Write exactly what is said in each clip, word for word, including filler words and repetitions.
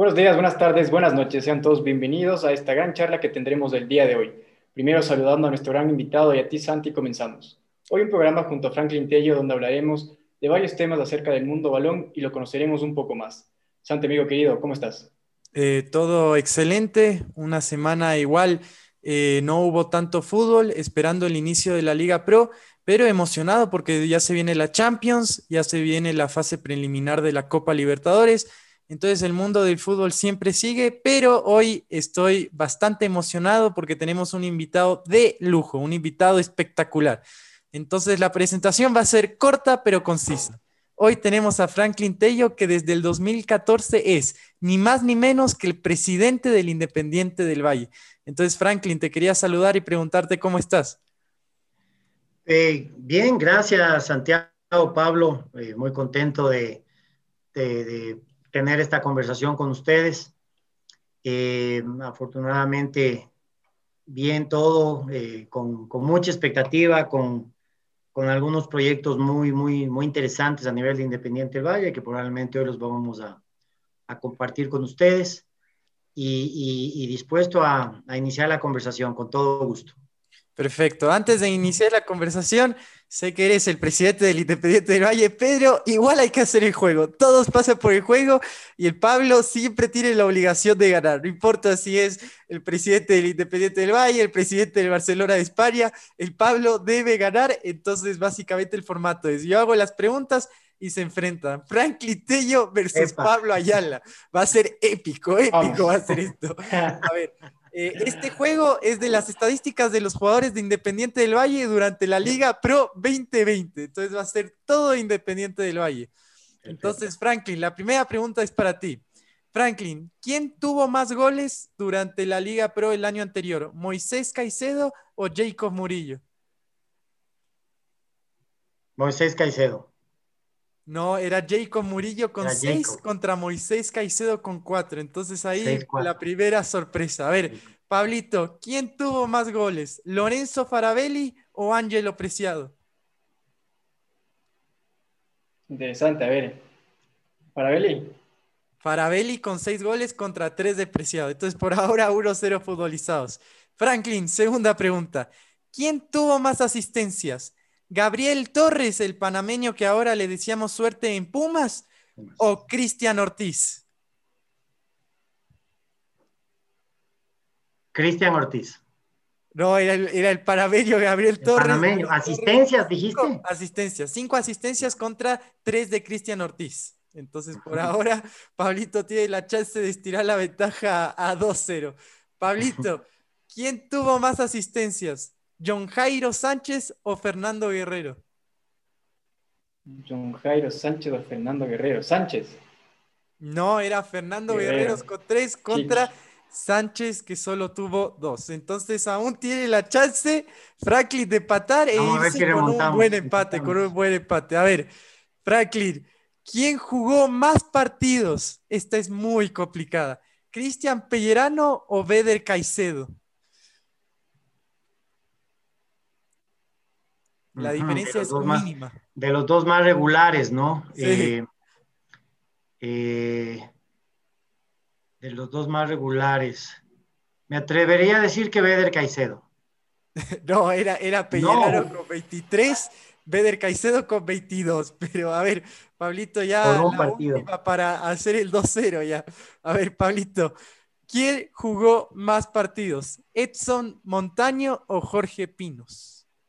Buenos días, buenas tardes, buenas noches. Sean todos bienvenidos a esta gran charla que tendremos el día de hoy. Primero saludando a nuestro gran invitado y a ti, Santi, comenzamos. Hoy un programa junto a Franklin Tello donde hablaremos de varios temas acerca del mundo balón y lo conoceremos un poco más. Santi, amigo querido, ¿cómo estás? Eh, todo excelente, una semana igual, eh, no hubo tanto fútbol, esperando el inicio de la Liga Pro, pero emocionado porque ya se viene la Champions, ya se viene la fase preliminar de la Copa Libertadores, entonces el mundo del fútbol siempre sigue, pero hoy estoy bastante emocionado porque tenemos un invitado de lujo, un invitado espectacular. Entonces la presentación va a ser corta pero concisa. Hoy tenemos a Franklin Tello, que desde el dos mil catorce es ni más ni menos que el presidente del Independiente del Valle. Entonces, Franklin, te quería saludar y preguntarte cómo estás. Eh, bien, gracias Santiago, Pablo, eh, muy contento de, de, de, tener esta conversación con ustedes. Eh, afortunadamente, bien todo, eh, con, con, mucha expectativa, con, con, algunos proyectos muy, muy, muy interesantes a nivel de Independiente del Valle, que probablemente hoy los vamos a, a compartir con ustedes y, y, y dispuesto a, a iniciar la conversación con todo gusto. Perfecto. Antes de iniciar la conversación, sé que eres el presidente del Independiente del Valle, pero igual hay que hacer el juego. Todos pasan por el juego y el Pablo siempre tiene la obligación de ganar. No importa si es el presidente del Independiente del Valle, el presidente del Barcelona de España, el Pablo debe ganar. Entonces, básicamente el formato es, yo hago las preguntas y se enfrentan. Franklin Tello versus Epa. Pablo Ayala. Va a ser épico, épico Vamos. va a ser esto. A ver. Eh, este juego es de las estadísticas de los jugadores de Independiente del Valle durante la Liga Pro veinte veinte. Entonces va a ser todo Independiente del Valle. Entonces, Franklin, la primera pregunta es para ti. Franklin, ¿quién tuvo más goles durante la Liga Pro el año anterior? ¿Moisés Caicedo o Jacob Murillo? Moisés Caicedo. No, era Jacob Murillo con Era seis Jacob. contra Moisés Caicedo con cuatro. Entonces ahí seis cuatro. la primera sorpresa. A ver, Pablito, ¿quién tuvo más goles? ¿Lorenzo Farabelli o Ángelo Preciado? Interesante, a ver. Para Beli. Farabelli con seis goles contra tres de Preciado. Entonces por ahora uno cero futbolizados. Franklin, segunda pregunta. ¿Quién tuvo más asistencias? ¿Gabriel Torres, el panameño que ahora le decíamos suerte en Pumas, o Cristian Ortiz? Cristian Ortiz. No, era el, era el panameño Gabriel El Torres. panameño. ¿Asistencias dijiste? Cinco asistencias, cinco asistencias contra tres de Cristian Ortiz. Entonces, por ahora, Pablito tiene la chance de estirar la ventaja a dos cero. Pablito, ¿quién tuvo más asistencias? ¿John Jairo Sánchez o Fernando Guerrero? John Jairo Sánchez o Fernando Guerrero. Sánchez. No, era Fernando Guerrero. Guerrero con tres contra Chiqui. Sánchez, que solo tuvo dos. Entonces aún tiene la chance Franklin de empatar e Vamos a ver irse si con un remontamos. buen empate, con un buen empate. A ver, Franklin, ¿quién jugó más partidos? Esta es muy complicada. ¿Cristian Pellerano o Beder Caicedo? La Uh-huh. diferencia es mínima. Más, de los dos más regulares, ¿no? Sí. Eh, eh, de los dos más regulares. Me atrevería a decir que Beder Caicedo. No, era, era Pellerano No. con veintitrés, Beder Caicedo con veintidós. Pero a ver, Pablito, ya Por un la partido. última para hacer el dos cero ya. A ver, Pablito, ¿quién jugó más partidos? ¿Edson Montaño o Jorge Pinos?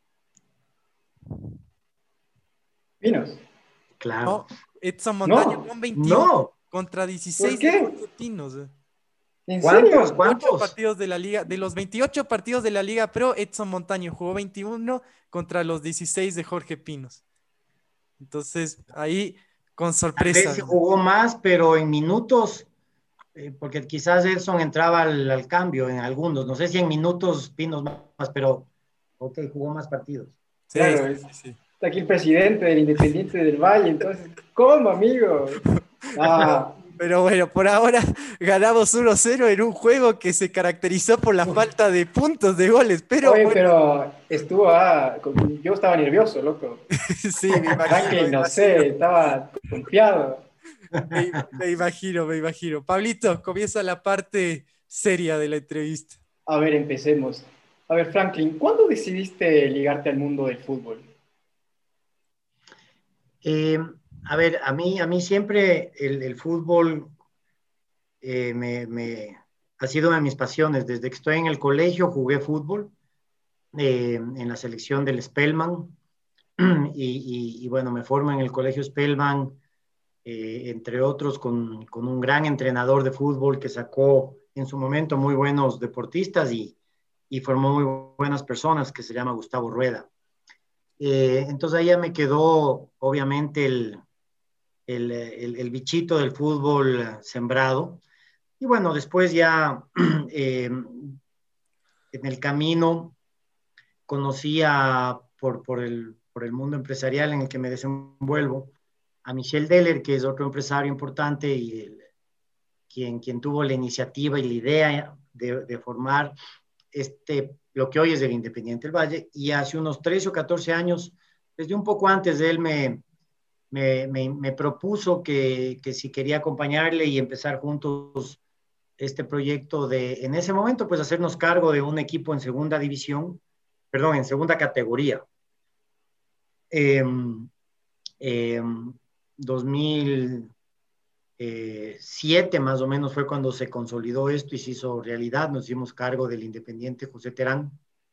Pinos. Claro. No, Edson Montaño No. con veintiuno No. contra dieciséis ¿Por qué? de Jorge Pinos. ¿En ¿Cuántos? serio? ¿Cuántos? Partidos de la Liga, de los veintiocho partidos de la Liga Pro, Edson Montaño jugó veintiuno contra los dieciséis de Jorge Pinos. Entonces, ahí con sorpresa. Tal vez jugó más, pero en minutos, eh, porque quizás Edson entraba al, al cambio en algunos. No sé si en minutos Pinos más, pero ok, jugó más partidos. Sí, Claro, sí, es, sí, sí. está aquí el presidente del Independiente del Valle, entonces, ¿cómo, amigo? Ah. Pero bueno, por ahora ganamos uno cero en un juego que se caracterizó por la falta de puntos de goles. Pero Oye, bueno, pero estuvo, ah, con- yo estaba nervioso, loco. sí, me imagino, Franklin, me no imagino. sé, estaba confiado. Me, me imagino, me imagino. Pablito, comienza la parte seria de la entrevista. A ver, empecemos. A ver, Franklin, ¿cuándo decidiste ligarte al mundo del fútbol? Eh, a ver, a mí, a mí siempre el, el fútbol eh, me, me, ha sido una de mis pasiones. Desde que estoy en el colegio jugué fútbol eh, en la selección del Spellman y, y, y, bueno, me formo en el colegio Spellman, eh, entre otros con, con, un gran entrenador de fútbol que sacó en su momento muy buenos deportistas y, y formó muy buenas personas, que se llama Gustavo Rueda. Eh, entonces ahí ya me quedó obviamente el, el, el, el bichito del fútbol sembrado. Y bueno, después ya eh, en el camino conocí a, por, por, el, por el mundo empresarial en el que me desenvuelvo, a Michel Deller, que es otro empresario importante y el, quien, quien tuvo la iniciativa y la idea de, de formar este, lo que hoy es el Independiente del Valle, y hace unos trece o catorce años, desde un poco antes de él, me, me, me, me propuso que, que si quería acompañarle y empezar juntos este proyecto de, en ese momento, pues hacernos cargo de un equipo en segunda división, perdón, en segunda categoría. Eh, eh, dos mil siete más o menos fue cuando se consolidó esto y se hizo realidad, nos hicimos cargo del Independiente José Terán.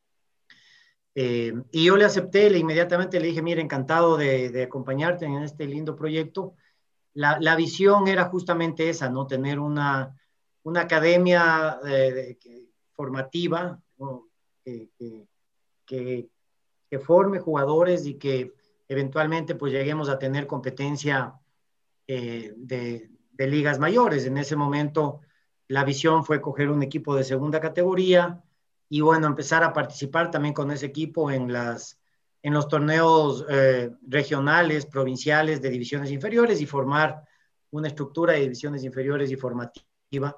Eh, y yo le acepté, le, inmediatamente le dije, mira, encantado de, de acompañarte en este lindo proyecto. La, la visión era justamente esa, ¿no? Tener una, una academia de, de, que, formativa, ¿no? que, que, que, que forme jugadores y que eventualmente pues lleguemos a tener competencia eh, de, de ligas mayores. En ese momento la visión fue coger un equipo de segunda categoría y bueno, empezar a participar también con ese equipo en, las, en los torneos eh, regionales, provinciales de divisiones inferiores y formar una estructura de divisiones inferiores y formativa.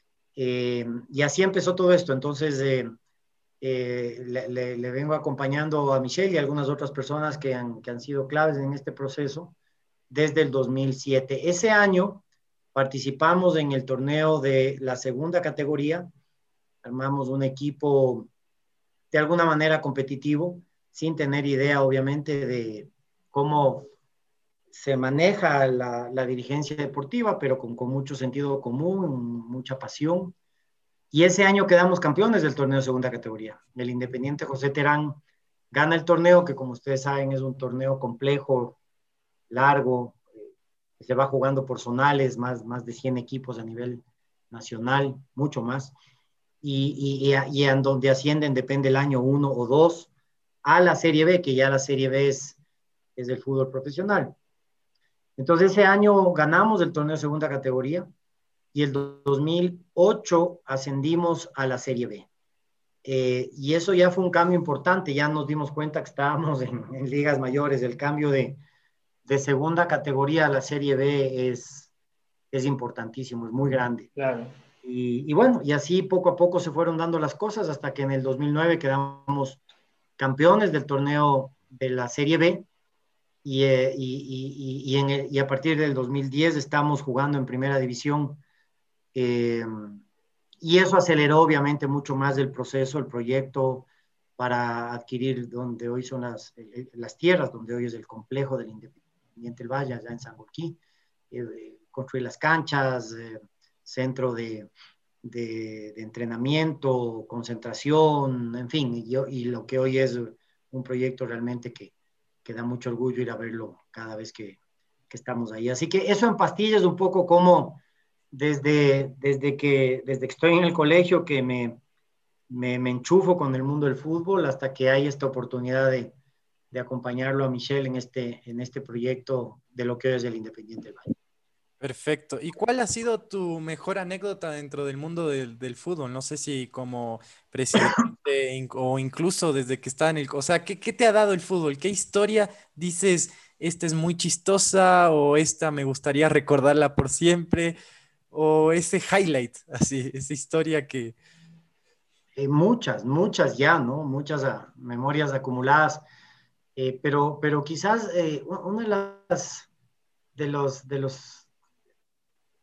Eh, y así empezó todo esto. Entonces, eh, eh, le, le, le, vengo acompañando a Michelle y a algunas otras personas que han, que han sido claves en este proceso desde el dos mil siete. Ese año participamos en el torneo de la segunda categoría, armamos un equipo de alguna manera competitivo, sin tener idea obviamente de cómo se maneja la, la dirigencia deportiva, pero con, con mucho sentido común, mucha pasión. Y ese año quedamos campeones del torneo de segunda categoría. El Independiente José Terán gana el torneo, que como ustedes saben es un torneo complejo, largo, eh, se va jugando por zonales, más, más de cien equipos a nivel nacional, mucho más. Y, y, y en donde ascienden depende el año uno o dos a la Serie B, que ya la Serie B es, es del fútbol profesional. Entonces ese año ganamos el torneo de segunda categoría y el dos mil ocho ascendimos a la Serie B. Eh, y eso ya fue un cambio importante, ya nos dimos cuenta que estábamos en, en ligas mayores, el cambio de, de segunda categoría a la Serie B es, es importantísimo, es muy grande. Claro. Y, y bueno, y así poco a poco se fueron dando las cosas hasta que en el dos mil nueve quedamos campeones del torneo de la Serie B y, eh, y, y, y, en el, y a partir del dos mil diez estamos jugando en primera división. Eh, y eso aceleró obviamente mucho más el proceso, el proyecto para adquirir donde hoy son las, eh, las tierras, donde hoy es el complejo del Independiente del Valle, allá en Sangolquí, eh, construir las canchas, eh, centro de, de, de, entrenamiento, concentración, en fin, y, yo, y lo que hoy es un proyecto realmente que, que da mucho orgullo ir a verlo cada vez que, que estamos ahí. Así que eso en pastillas un poco como desde, desde, que, desde que estoy en el colegio que me, me, me enchufo con el mundo del fútbol hasta que hay esta oportunidad de, de acompañarlo a Michel en este, en este proyecto de lo que hoy es el Independiente del Valle. Perfecto. ¿Y cuál ha sido tu mejor anécdota dentro del mundo del, del fútbol? No sé si como presidente o incluso desde que está en el... O sea, ¿qué, qué te ha dado el fútbol? ¿Qué historia dices, esta es muy chistosa o esta me gustaría recordarla por siempre? O ese highlight, así, esa historia que... Eh, muchas, muchas ya, ¿no? Muchas uh, memorias acumuladas. Eh, pero, pero quizás eh, una de las... De los... De los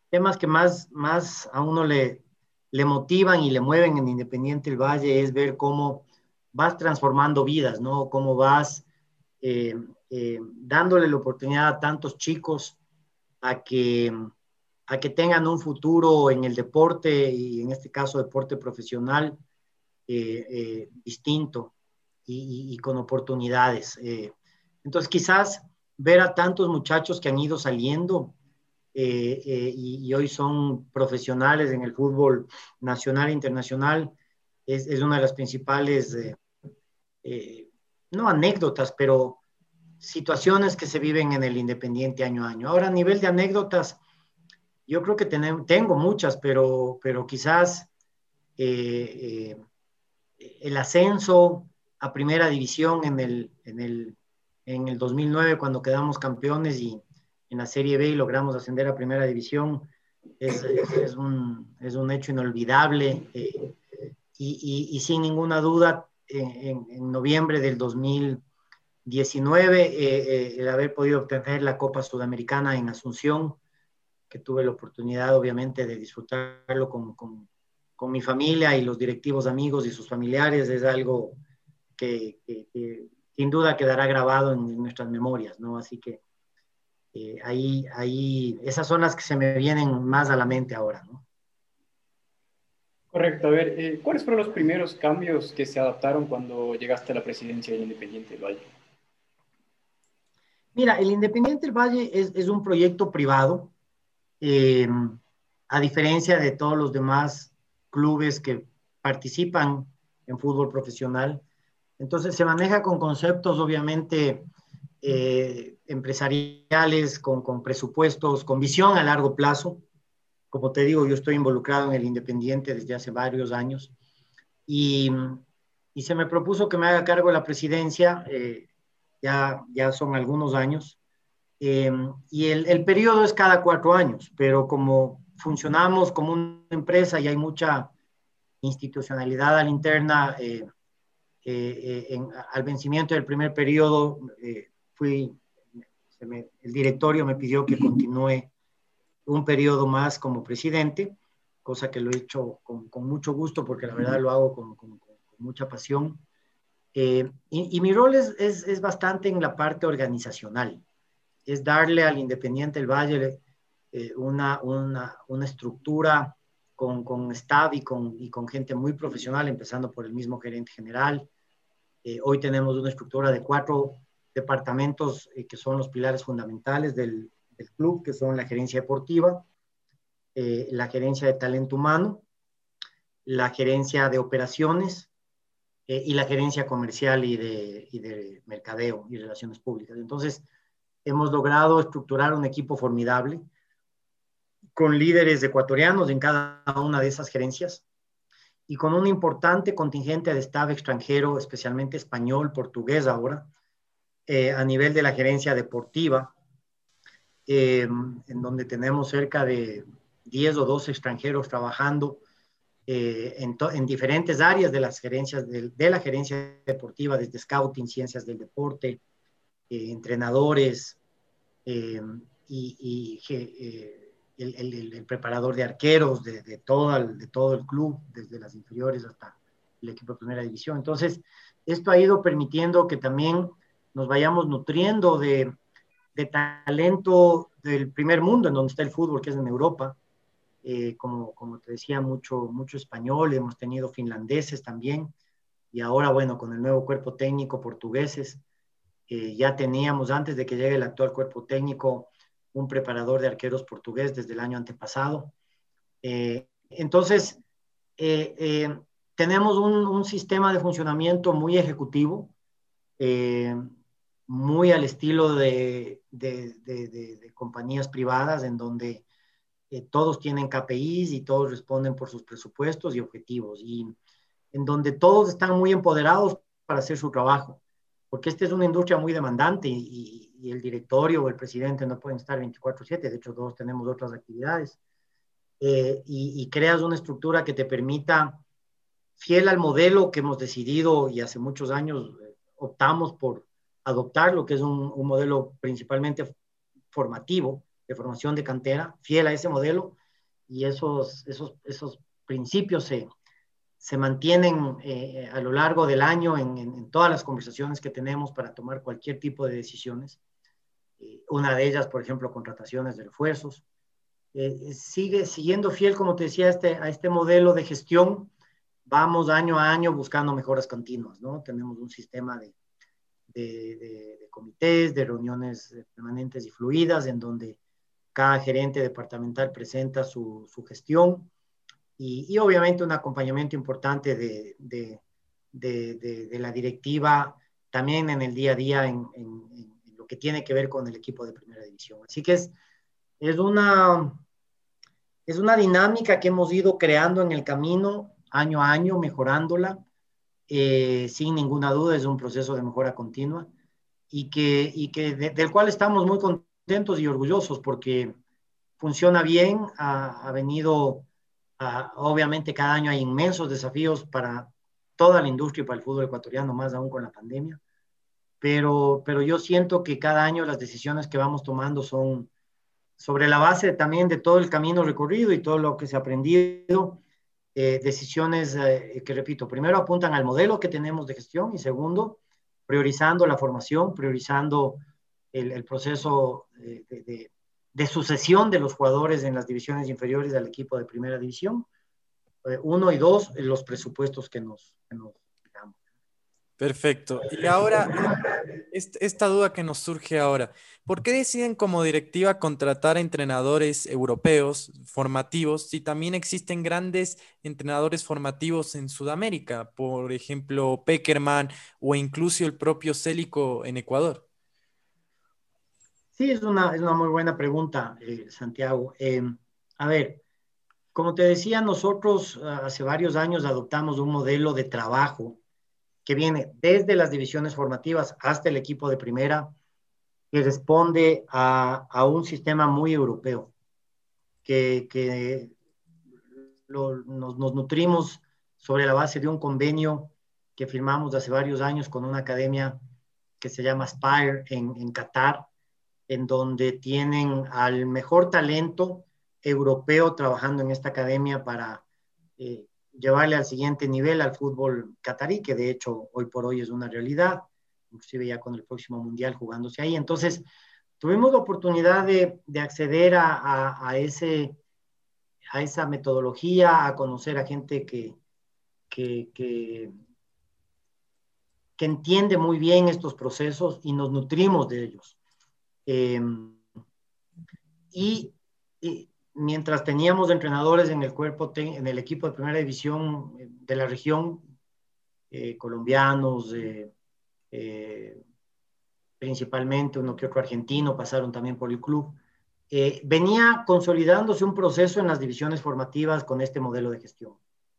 temas que más, más a uno le, le motivan y le mueven en Independiente del Valle es ver cómo vas transformando vidas, ¿no? Cómo vas eh, eh, dándole la oportunidad a tantos chicos a que, a que tengan un futuro en el deporte y en este caso deporte profesional eh, eh, distinto y, y, y, con oportunidades. Eh, entonces quizás ver a tantos muchachos que han ido saliendo eh, eh, y, y, hoy son profesionales en el fútbol nacional e internacional es, es una de las principales, eh, eh, no anécdotas, pero situaciones que se viven en el Independiente año a año. Ahora, a nivel de anécdotas, yo creo que ten, tengo muchas, pero, pero quizás eh, eh, el ascenso a primera división en el, en, el, en el dos mil nueve, cuando quedamos campeones y en la Serie B y logramos ascender a primera división, es, es, es, un, es un hecho inolvidable eh, y, y, y sin ninguna duda, en, en noviembre del dos mil diecinueve, eh, eh, el haber podido obtener la Copa Sudamericana en Asunción, que tuve la oportunidad obviamente de disfrutarlo con, con, con mi familia y los directivos amigos y sus familiares, es algo que, que, que sin duda quedará grabado en, en nuestras memorias, ¿no? Así que eh, ahí, ahí, esas son las que se me vienen más a la mente ahora, ¿no? Correcto. A ver, eh, ¿cuáles fueron los primeros cambios que se adaptaron cuando llegaste a la presidencia del Independiente del Valle? Mira, el Independiente del Valle es, es un proyecto privado, eh, a diferencia de todos los demás clubes que participan en fútbol profesional. Entonces se maneja con conceptos obviamente eh, empresariales, con, con presupuestos, con visión a largo plazo. Como te digo, yo estoy involucrado en el Independiente desde hace varios años y, y se me propuso que me haga cargo de la presidencia, eh, ya, ya son algunos años, eh, y el, el periodo es cada cuatro años, pero como funcionamos como una empresa y hay mucha institucionalidad a la interna, eh, eh, en, al vencimiento del primer periodo, eh, fui, se me, el directorio me pidió que continúe un periodo más como presidente, cosa que lo he hecho con, con mucho gusto porque la verdad lo hago con, con, con mucha pasión. Eh, y, y, mi rol es, es, es, bastante en la parte organizacional, es darle al Independiente del Valle eh, una, una, una estructura con, con staff y con, y con gente muy profesional, empezando por el mismo gerente general. Eh, hoy tenemos una estructura de cuatro departamentos eh, que son los pilares fundamentales del, del club, que son la gerencia deportiva, eh, la gerencia de talento humano, la gerencia de operaciones eh, y la gerencia comercial y de, y de mercadeo y relaciones públicas. Entonces, hemos logrado estructurar un equipo formidable con líderes ecuatorianos en cada una de esas gerencias y con un importante contingente de staff extranjero, especialmente español, portugués ahora, eh, a nivel de la gerencia deportiva, eh, en donde tenemos cerca de diez o doce extranjeros trabajando eh, en, en, diferentes áreas de las gerencias de, de, la gerencia deportiva, desde scouting, ciencias del deporte, eh, entrenadores eh, y, y eh, el, el, el, preparador de arqueros de, de, todo el, de todo el club, desde las inferiores hasta el equipo de primera división. Entonces, esto ha ido permitiendo que también nos vayamos nutriendo de, de talento del primer mundo, en donde está el fútbol, que es en Europa. Eh, como, como te decía, mucho, mucho español, hemos tenido finlandeses también, y ahora, bueno, con el nuevo cuerpo técnico, portugueses, eh, ya teníamos, antes de que llegue el actual cuerpo técnico, un preparador de arqueros portugués desde el año antepasado. Eh, entonces, eh, eh, tenemos un, un, sistema de funcionamiento muy ejecutivo, eh, muy al estilo de, de, de, de, de compañías privadas, en donde eh, todos tienen K P Is y todos responden por sus presupuestos y objetivos, y en donde todos están muy empoderados para hacer su trabajo, porque esta es una industria muy demandante y, y el directorio o el presidente no pueden estar veinticuatro siete, de hecho todos tenemos otras actividades, eh, y, y creas una estructura que te permita, fiel al modelo que hemos decidido y hace muchos años eh, optamos por adoptar, lo que es un, un modelo principalmente formativo, de formación de cantera, fiel a ese modelo, y esos, esos, esos principios se, se mantienen eh, a lo largo del año en, en, en todas las conversaciones que tenemos para tomar cualquier tipo de decisiones. Eh, una de ellas, por ejemplo, contrataciones de refuerzos. Eh, sigue siguiendo fiel, como te decía, a este, a este modelo de gestión. Vamos año a año buscando mejoras continuas, ¿no? Tenemos un sistema de, de, de, de comités, de reuniones permanentes y fluidas, en donde cada gerente departamental presenta su, su gestión y, y obviamente un acompañamiento importante de, de, de, de, de la directiva también en el día a día en, en, en lo que tiene que ver con el equipo de primera división. Así que es, es, una, es una dinámica que hemos ido creando en el camino, año a año, mejorándola. Eh, sin ninguna duda es un proceso de mejora continua y que, y que de, del cual estamos muy contentos y orgullosos porque funciona bien, ha, ha venido, a, obviamente cada año hay inmensos desafíos para toda la industria y para el fútbol ecuatoriano, más aún con la pandemia, pero, pero yo siento que cada año las decisiones que vamos tomando son sobre la base también de todo el camino recorrido y todo lo que se ha aprendido. Eh, decisiones eh, que, repito, primero apuntan al modelo que tenemos de gestión y segundo, priorizando la formación, priorizando el, el proceso de, de, de sucesión de los jugadores en las divisiones inferiores al equipo de primera división. Eh, uno y dos, los presupuestos que nos, que nos damos. Perfecto. Y ahora, esta duda que nos surge ahora, ¿por qué deciden como directiva contratar a entrenadores europeos formativos si también existen grandes entrenadores formativos en Sudamérica? Por ejemplo, Pekerman o incluso el propio Célico en Ecuador. Sí, es una, es una muy buena pregunta, eh, Santiago. Eh, a ver, como te decía, nosotros uh, hace varios años adoptamos un modelo de trabajo que viene desde las divisiones formativas hasta el equipo de primera, que responde a, a un sistema muy europeo, que, que lo, nos, nos nutrimos sobre la base de un convenio que firmamos hace varios años con una academia que se llama Spire en, en Qatar, en donde tienen al mejor talento europeo trabajando en esta academia para eh, llevarle al siguiente nivel al fútbol catarí, que de hecho hoy por hoy es una realidad, inclusive ya con el próximo mundial jugándose ahí. Entonces, tuvimos la oportunidad de, de acceder a, a, a, ese, a esa metodología, a conocer a gente que, que, que, que entiende muy bien estos procesos y nos nutrimos de ellos. Eh, y, y mientras teníamos entrenadores en el cuerpo, en el equipo de primera división de la región, eh, colombianos, eh, eh, principalmente uno que otro argentino, pasaron también por el club, eh, venía consolidándose un proceso en las divisiones formativas con este modelo de gestión.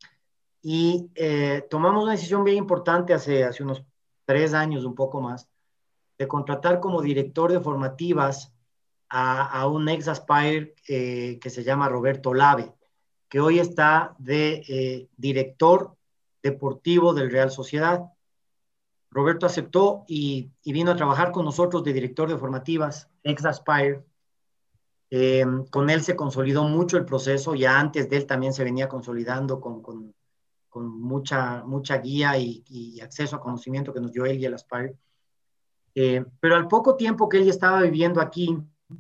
Y eh, tomamos una decisión bien importante hace, hace unos tres años, un poco más, de contratar como director de formativas a, a un ex Aspire eh, que se llama Roberto Lave, que hoy está de eh, director deportivo del Real Sociedad. Roberto aceptó y, y vino a trabajar con nosotros de director de formativas, ex Aspire. Eh, con él se consolidó mucho el proceso, ya antes de él también se venía consolidando con, con, con mucha, mucha guía y, y acceso a conocimiento que nos dio él y el Aspire. Eh, pero al poco tiempo que él ya estaba viviendo aquí,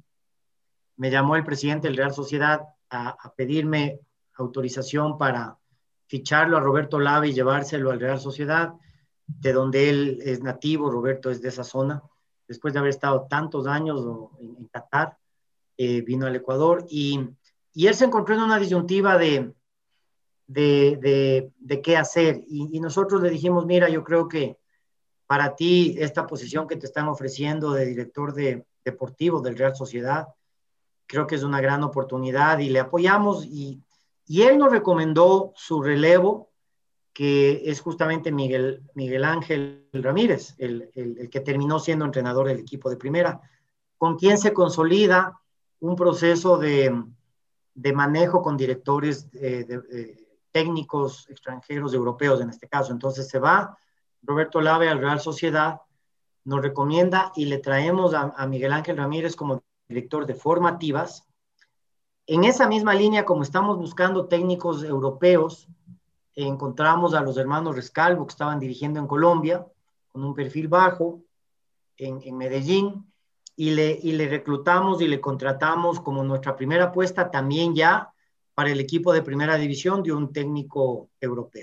me llamó el presidente del Real Sociedad a, a pedirme autorización para ficharlo a Roberto Lave y llevárselo al Real Sociedad, de donde él es nativo. Roberto es de esa zona. Después de haber estado tantos años en, en Qatar, eh, vino al Ecuador y, y él se encontró en una disyuntiva de, de, de, de qué hacer. Y, y nosotros le dijimos, mira, yo creo que para ti esta posición que te están ofreciendo de director de, deportivo del Real Sociedad, creo que es una gran oportunidad y le apoyamos. Y, y él nos recomendó su relevo, que es justamente Miguel, Miguel Ángel Ramírez, el, el, el que terminó siendo entrenador del equipo de primera, con quien se consolida un proceso de, de manejo con directores eh, de, de, técnicos extranjeros, europeos en este caso. Entonces se va Roberto Lave al Real Sociedad, nos recomienda y le traemos a, a Miguel Ángel Ramírez como director de formativas, En esa misma línea, como estamos buscando técnicos europeos, encontramos a los hermanos Rescalvo, que estaban dirigiendo en Colombia, con un perfil bajo, en, en Medellín, y le, y le reclutamos y le contratamos como nuestra primera apuesta también ya para el equipo de primera división de un técnico europeo.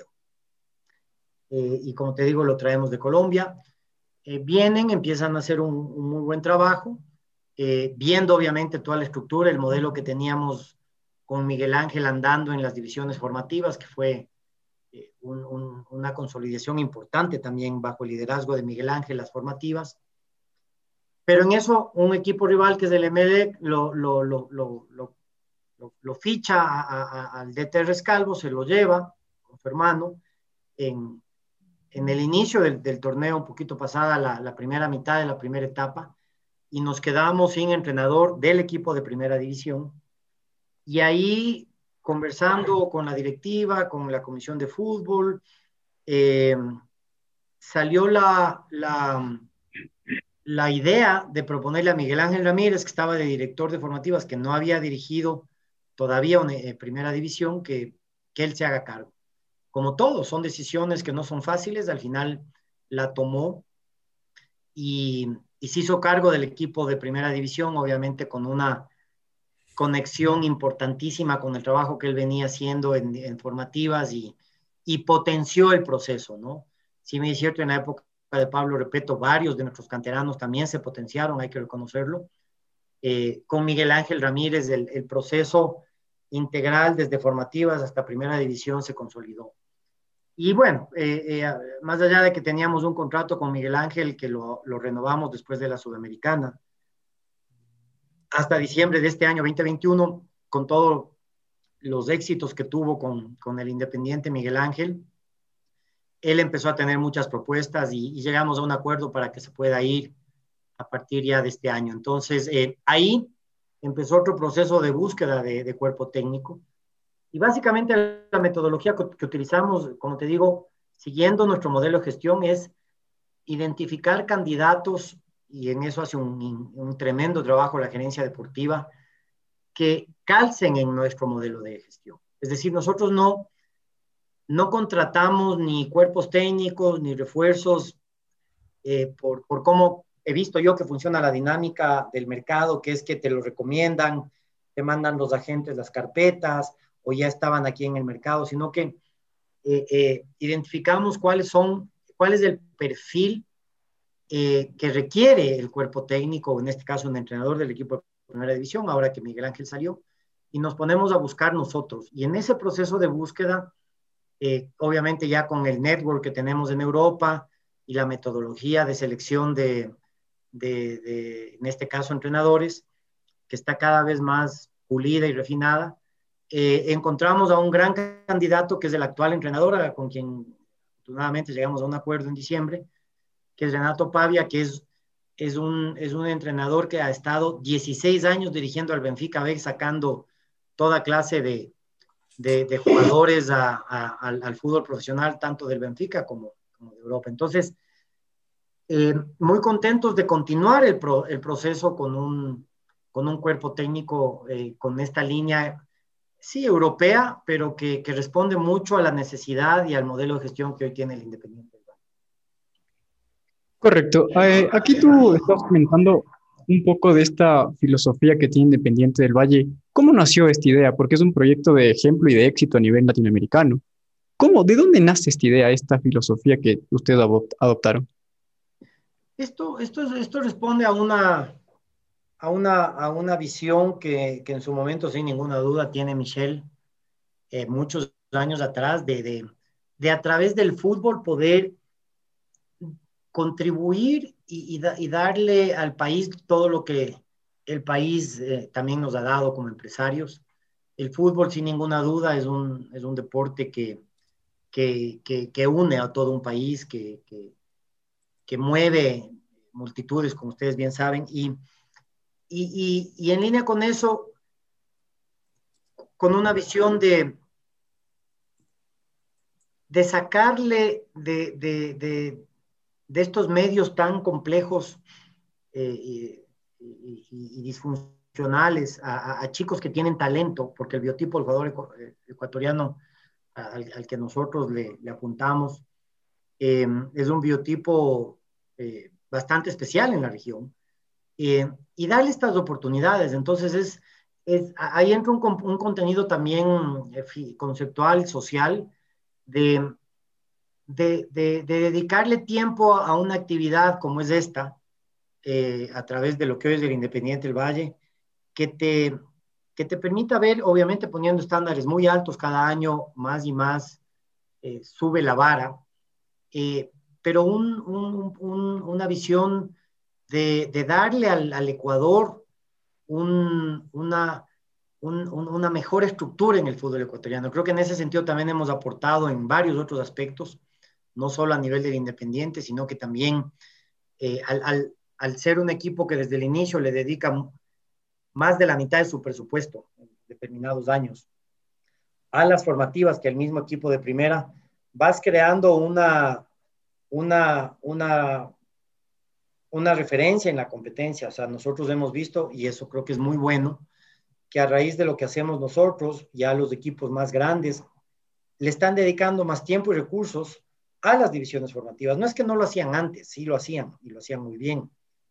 Eh, y como te digo, lo traemos de Colombia. Eh, vienen, empiezan a hacer un, un muy buen trabajo, eh, viendo obviamente toda la estructura, el modelo que teníamos con Miguel Ángel andando en las divisiones formativas, que fue eh, un, un, una consolidación importante también bajo el liderazgo de Miguel Ángel, las formativas. Pero en eso, un equipo rival que es el Emelec lo, lo, lo, lo, lo, lo, lo ficha a, a, al D T Rescalvo, se lo lleva con su hermano en, en el inicio del, del torneo, un poquito pasada la, la primera mitad de la primera etapa, y nos quedamos sin entrenador del equipo de primera división. Y ahí, conversando con la directiva, con la comisión de fútbol, eh, salió la, la, la idea de proponerle a Miguel Ángel Ramírez, que estaba de director de formativas, que no había dirigido todavía una eh, primera división, que, que él se haga cargo. Como todo, son decisiones que no son fáciles, al final la tomó y, y se hizo cargo del equipo de primera división, obviamente con una conexión importantísima con el trabajo que él venía haciendo en, en formativas y, y potenció el proceso, ¿no? Sí, me es cierto, en la época de Pablo Repeto, varios de nuestros canteranos también se potenciaron, hay que reconocerlo. Eh, con Miguel Ángel Ramírez, el, el proceso integral desde formativas hasta primera división se consolidó. Y bueno, eh, eh, más allá de que teníamos un contrato con Miguel Ángel que lo, lo renovamos después de la Sudamericana, hasta diciembre de este año veinte veintiuno, con todos los éxitos que tuvo con, con el Independiente Miguel Ángel, él empezó a tener muchas propuestas y, y llegamos a un acuerdo para que se pueda ir a partir ya de este año. Entonces, eh, ahí empezó otro proceso de búsqueda de, de cuerpo técnico. Y básicamente la metodología que, que utilizamos, como te digo, siguiendo nuestro modelo de gestión, es identificar candidatos, y en eso hace un, un tremendo trabajo la gerencia deportiva, que calcen en nuestro modelo de gestión. Es decir, nosotros no, no contratamos ni cuerpos técnicos ni refuerzos eh, por, por cómo he visto yo que funciona la dinámica del mercado, que es que te lo recomiendan, te mandan los agentes las carpetas o ya estaban aquí en el mercado, sino que eh, eh, identificamos cuáles son, cuál es el perfil eh, que requiere el cuerpo técnico, en este caso un entrenador del equipo de primera división, ahora que Miguel Ángel salió, y nos ponemos a buscar nosotros. Y en ese proceso de búsqueda, eh, obviamente ya con el network que tenemos en Europa y la metodología de selección de, de, de en este caso, entrenadores, que está cada vez más pulida y refinada, eh, encontramos a un gran candidato que es el actual entrenador, con quien afortunadamente llegamos a un acuerdo en diciembre, que es Renato Pavia, que es, es, un, es un entrenador que ha estado dieciséis años dirigiendo al Benfica B, sacando toda clase de, de, de jugadores a, a, al, al fútbol profesional, tanto del Benfica como, como de Europa. Entonces, eh, muy contentos de continuar el, pro, el proceso con un, con un cuerpo técnico eh, con esta línea, sí, europea, pero que, que responde mucho a la necesidad y al modelo de gestión que hoy tiene el Independiente. Correcto. Eh, aquí tú estás comentando un poco de esta filosofía que tiene Independiente del Valle. ¿Cómo nació esta idea? Porque es un proyecto de ejemplo y de éxito a nivel latinoamericano. ¿Cómo? ¿De dónde nace esta idea, esta filosofía que ustedes adoptaron? Esto, esto, esto responde a una, a una, a una visión que, que en su momento, sin ninguna duda, tiene Michel eh, muchos años atrás, de, de, de a través del fútbol poder contribuir y, y, da, y darle al país todo lo que el país eh, también nos ha dado como empresarios. El fútbol, sin ninguna duda, es un, es un deporte que, que, que, que une a todo un país, que, que, que mueve multitudes, como ustedes bien saben, y, y, y, y en línea con eso, con una visión de, de sacarle de, de, de, de estos medios tan complejos eh, y, y, y disfuncionales profesionales, a, a, a chicos que tienen talento, porque el biotipo del jugador ecu ecuatoriano al, al que nosotros le, le apuntamos eh, es un biotipo eh, bastante especial en la región, eh, y darle estas oportunidades. Entonces es, es ahí entra un, un contenido también eh, conceptual, social, de, de, de, de dedicarle tiempo a una actividad como es esta, eh, a través de lo que hoy es el Independiente del Valle, que te, que te permita ver, obviamente poniendo estándares muy altos cada año, más y más eh, sube la vara, eh, pero un, un, un, una visión de, de darle al, al Ecuador un, una, un, una mejor estructura en el fútbol ecuatoriano. Creo que en ese sentido también hemos aportado en varios otros aspectos, no solo a nivel del Independiente, sino que también eh, al, al, al ser un equipo que desde el inicio le dedica más de la mitad de su presupuesto en determinados años a las formativas que el mismo equipo de primera, vas creando una, una, una, una referencia en la competencia. O sea, nosotros hemos visto, y eso creo que es muy bueno, que a raíz de lo que hacemos nosotros, ya los equipos más grandes le están dedicando más tiempo y recursos a las divisiones formativas. No es que no lo hacían antes, sí lo hacían, y lo hacían muy bien,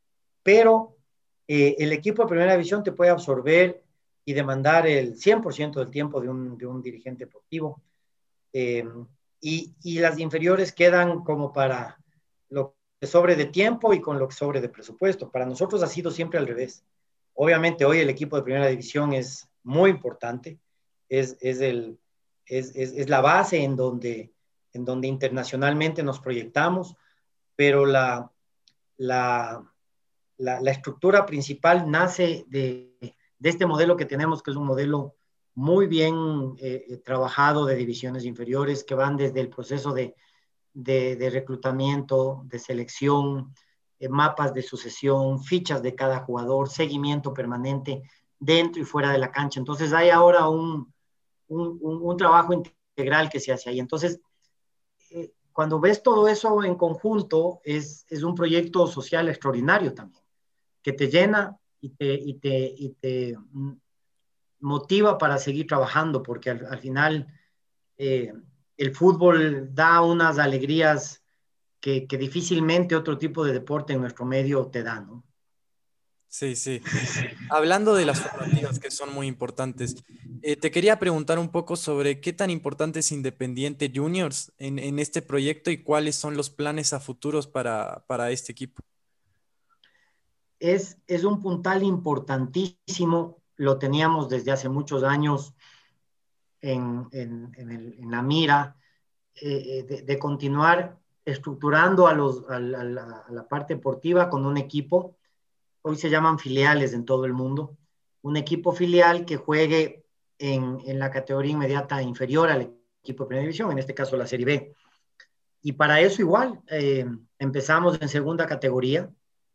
pero eh, el equipo de primera división te puede absorber y demandar el cien por ciento del tiempo de un, de un dirigente deportivo. Eh, y, y las inferiores quedan como para lo que sobre de tiempo y con lo que sobre de presupuesto. Para nosotros ha sido siempre al revés. Obviamente hoy el equipo de primera división es muy importante, es, es, el, es, es, es la base en donde, en donde internacionalmente nos proyectamos, pero la, la, la, la estructura principal nace de, de este modelo que tenemos, que es un modelo muy bien eh, trabajado de divisiones inferiores, que van desde el proceso de, de, de reclutamiento, de selección, eh, mapas de sucesión, fichas de cada jugador, seguimiento permanente dentro y fuera de la cancha. Entonces hay ahora un, un, un, un trabajo integral que se hace ahí. Entonces, eh, cuando ves todo eso en conjunto, es, es un proyecto social extraordinario también, que te llena y te, y te, y te motiva para seguir trabajando, porque al, al final eh, el fútbol da unas alegrías que, que difícilmente otro tipo de deporte en nuestro medio te da, ¿no? Sí, sí. Hablando de las formativas que son muy importantes, eh, te quería preguntar un poco sobre qué tan importante es Independiente Juniors en, en este proyecto y cuáles son los planes a futuros para, para este equipo. Es, es un puntal importantísimo, lo teníamos desde hace muchos años en, en, en, el, en la mira, eh, de, de, continuar estructurando a, los, a, la, a la parte deportiva con un equipo. Hoy se llaman filiales en todo el mundo, un equipo filial que juegue en, en la categoría inmediata inferior al equipo de primera división, en este caso la Serie B. Y para eso igual, eh, empezamos en segunda categoría,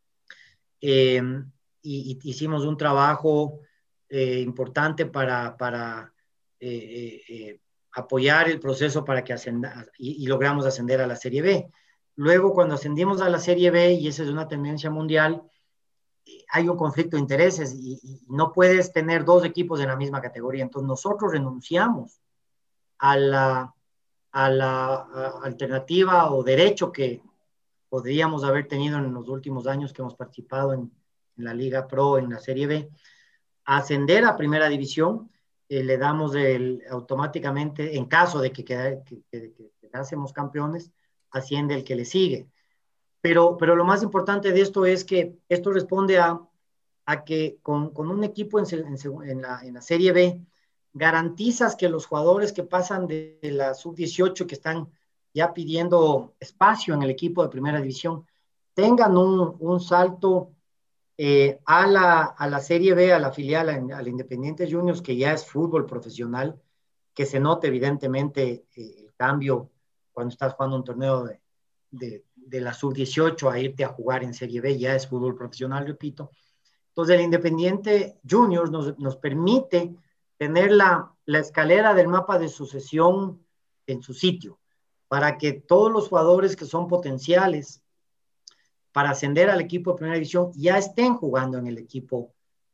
eh, y, y hicimos un trabajo eh, importante para, para eh, eh, apoyar el proceso para que ascenda, y, y logramos ascender a la Serie B. Luego, cuando ascendimos a la Serie B, y esa es una tendencia mundial, hay un conflicto de intereses y, y, no puedes tener dos equipos en la misma categoría. Entonces nosotros renunciamos a la, a la a alternativa o derecho que podríamos haber tenido en los últimos años que hemos participado en, en la Liga Pro, en la Serie B, a ascender a Primera División. Eh, le damos el, automáticamente, en caso de que, queda, que, que, que quedásemos campeones, asciende el que le sigue. Pero, pero lo más importante de esto es que esto responde a, a que con, con un equipo en, en, en, la, en la Serie B garantizas que los jugadores que pasan de, de la sub dieciocho, que están ya pidiendo espacio en el equipo de primera división, tengan un, un salto eh, a, la, a la Serie B, a la filial, al Independiente Juniors, que ya es fútbol profesional, que se note evidentemente eh, el cambio cuando estás jugando un torneo de, de, de la sub dieciocho a irte a jugar en Serie B, ya es fútbol profesional, repito. Entonces el Independiente Juniors nos, nos permite tener la, la escalera del mapa de sucesión en su sitio, para que todos los jugadores que son potenciales para ascender al equipo de primera división ya estén jugando en el equipo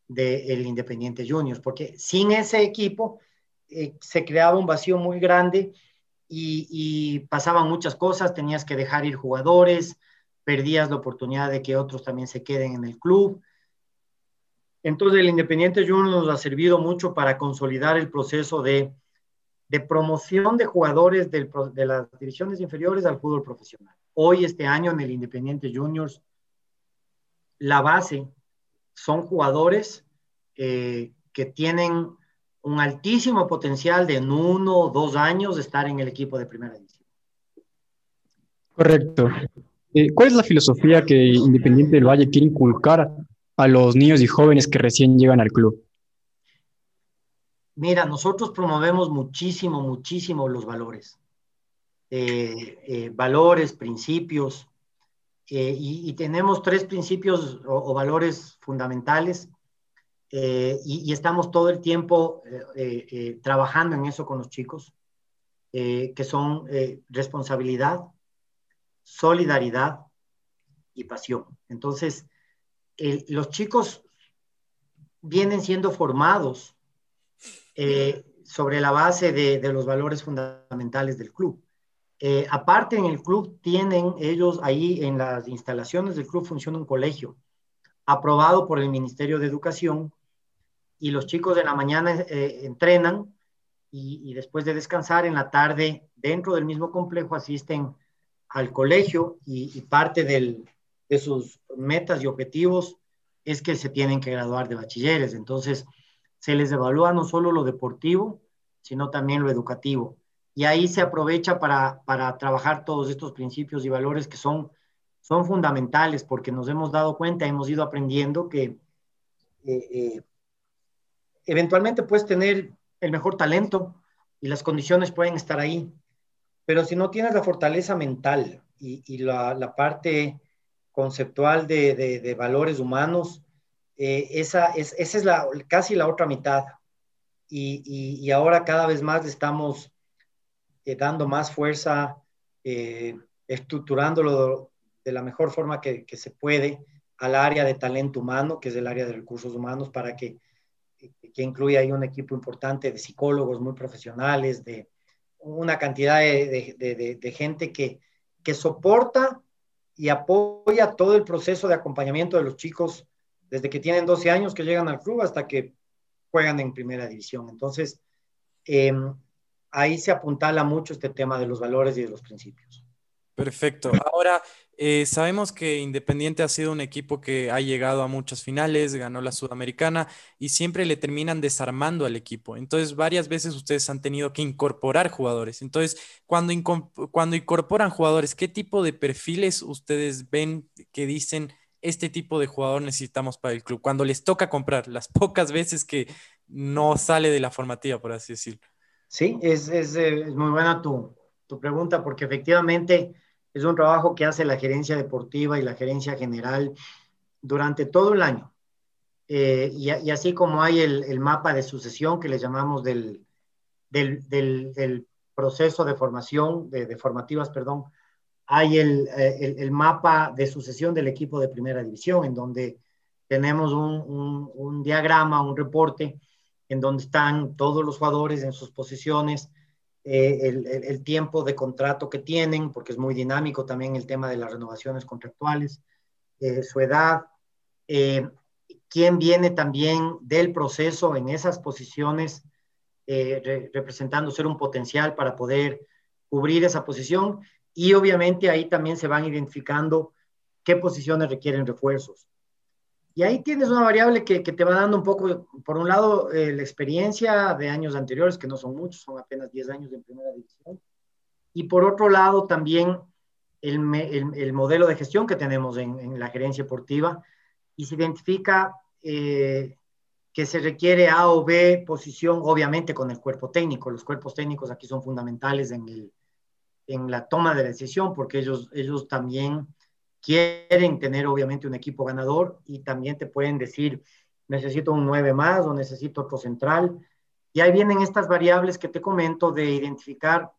del Independiente Juniors, porque sin ese equipo eh, se creaba un vacío muy grande y, y pasaban muchas cosas, tenías que dejar ir jugadores, perdías la oportunidad de que otros también se queden en el club. Entonces el Independiente Juniors nos ha servido mucho para consolidar el proceso de, de promoción de jugadores del, de las divisiones inferiores al fútbol profesional. Hoy, este año, en el Independiente Juniors, la base son jugadores eh, que tienen un altísimo potencial de en uno o dos años de estar en el equipo de primera división. Correcto. Eh, ¿cuál es la filosofía que Independiente del Valle quiere inculcar a los niños y jóvenes que recién llegan al club? Mira, nosotros promovemos muchísimo, muchísimo los valores. Eh, eh, valores, principios, eh, y, y tenemos tres principios o, o valores fundamentales, eh, y, y estamos todo el tiempo eh, eh, eh, trabajando en eso con los chicos, eh, que son eh, responsabilidad, solidaridad y pasión. Entonces, el, los chicos vienen siendo formados eh, sobre la base de, de los valores fundamentales del club. Eh, aparte, en el club tienen ellos ahí en las instalaciones del club funciona un colegio aprobado por el Ministerio de Educación, y los chicos de la mañana eh, entrenan y, y después de descansar en la tarde dentro del mismo complejo asisten al colegio, y, y parte del, de sus metas y objetivos es que se tienen que graduar de bachilleres. Entonces se les evalúa no solo lo deportivo, sino también lo educativo. Y ahí se aprovecha para, para trabajar todos estos principios y valores que son, son fundamentales, porque nos hemos dado cuenta, hemos ido aprendiendo que eh, eh, eventualmente puedes tener el mejor talento y las condiciones pueden estar ahí, pero si no tienes la fortaleza mental y, y la, la parte conceptual de, de, de valores humanos, eh, esa, es, esa es la, casi la otra mitad. Y, y, y ahora cada vez más le estamos eh, dando más fuerza, eh, estructurándolo de la mejor forma que, que se puede al área de talento humano, que es el área de recursos humanos, para que, que incluya ahí un equipo importante de psicólogos muy profesionales, de una cantidad de, de, de, de gente que, que soporta y apoya todo el proceso de acompañamiento de los chicos desde que tienen doce años que llegan al club hasta que juegan en primera división. Entonces, eh, ahí se apuntala mucho este tema de los valores y de los principios. Perfecto. Ahora, eh, sabemos que Independiente ha sido un equipo que ha llegado a muchas finales, ganó la Sudamericana y siempre le terminan desarmando al equipo. Entonces, varias veces ustedes han tenido que incorporar jugadores. Entonces, cuando, cuando incorporan jugadores, ¿qué tipo de perfiles ustedes ven que dicen este tipo de jugador necesitamos para el club? Cuando les toca comprar, las pocas veces que no sale de la formativa, por así decirlo. Sí, es, es, es muy buena tu, tu pregunta, porque efectivamente es un trabajo que hace la gerencia deportiva y la gerencia general durante todo el año. Eh, y, y así como hay el, el mapa de sucesión que le llamamos del, del, del, del proceso de formación, de, de formativas, perdón, hay el, el, el mapa de sucesión del equipo de primera división, en donde tenemos un, un, un diagrama, un reporte, en donde están todos los jugadores en sus posiciones, eh, el, el, el tiempo de contrato que tienen, porque es muy dinámico también el tema de las renovaciones contractuales, eh, su edad, eh, quién viene también del proceso en esas posiciones, eh, re, representando ser un potencial para poder cubrir esa posición, y obviamente ahí también se van identificando qué posiciones requieren refuerzos. Y ahí tienes una variable que, que te va dando un poco, por un lado, eh, la experiencia de años anteriores, que no son muchos, son apenas diez años en primera división. Y por otro lado, también el, el, el modelo de gestión que tenemos en, en la gerencia deportiva, y se identifica eh, que se requiere A o B posición, obviamente con el cuerpo técnico. Los cuerpos técnicos aquí son fundamentales en, el, en la toma de la decisión, porque ellos, ellos también quieren tener obviamente un equipo ganador, y también te pueden decir, necesito un nueve más o necesito otro central. Y ahí vienen estas variables que te comento de identificar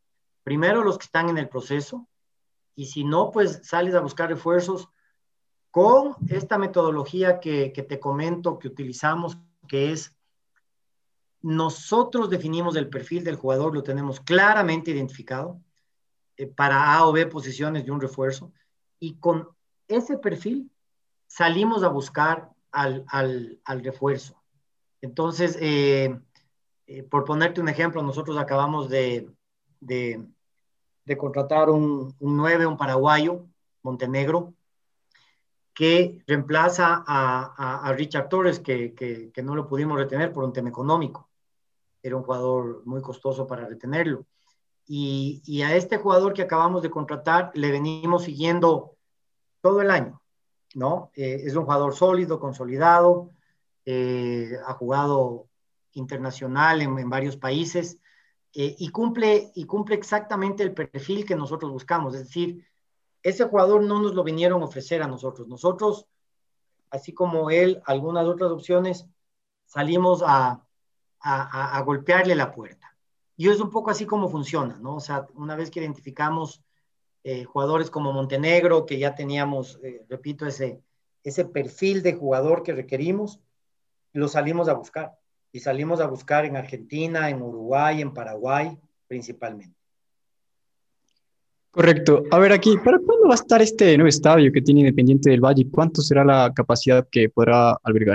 primero los que están en el proceso, y si no, pues sales a buscar refuerzos con esta metodología que, que te comento, que utilizamos, que es nosotros definimos el perfil del jugador, lo tenemos claramente identificado eh, para A o B posiciones de un refuerzo, y con ese perfil salimos a buscar al, al, al refuerzo. Entonces, eh, eh, por ponerte un ejemplo, nosotros acabamos de, de, de contratar un, un nueve, un paraguayo, Montenegro, que reemplaza a, a, a Richard Torres, que, que, que no lo pudimos retener por un tema económico. Era un jugador muy costoso para retenerlo. Y, y a este jugador que acabamos de contratar le venimos siguiendo todo el año, ¿no? Eh, es un jugador sólido, consolidado, eh, ha jugado internacional en, en varios países eh, y, cumple, y cumple exactamente el perfil que nosotros buscamos. Es decir, ese jugador no nos lo vinieron a ofrecer a nosotros. Nosotros, así como él, algunas otras opciones, salimos a, a, a golpearle la puerta. Y es un poco así como funciona, ¿no? O sea, una vez que identificamos eh, jugadores como Montenegro, que ya teníamos, eh, repito, ese, ese perfil de jugador que requerimos, lo salimos a buscar. Y salimos a buscar en Argentina, en Uruguay, en Paraguay, principalmente. Correcto. A ver, aquí, ¿para cuándo va a estar este nuevo estadio que tiene Independiente del Valle? ¿Cuánto será la capacidad que podrá albergar?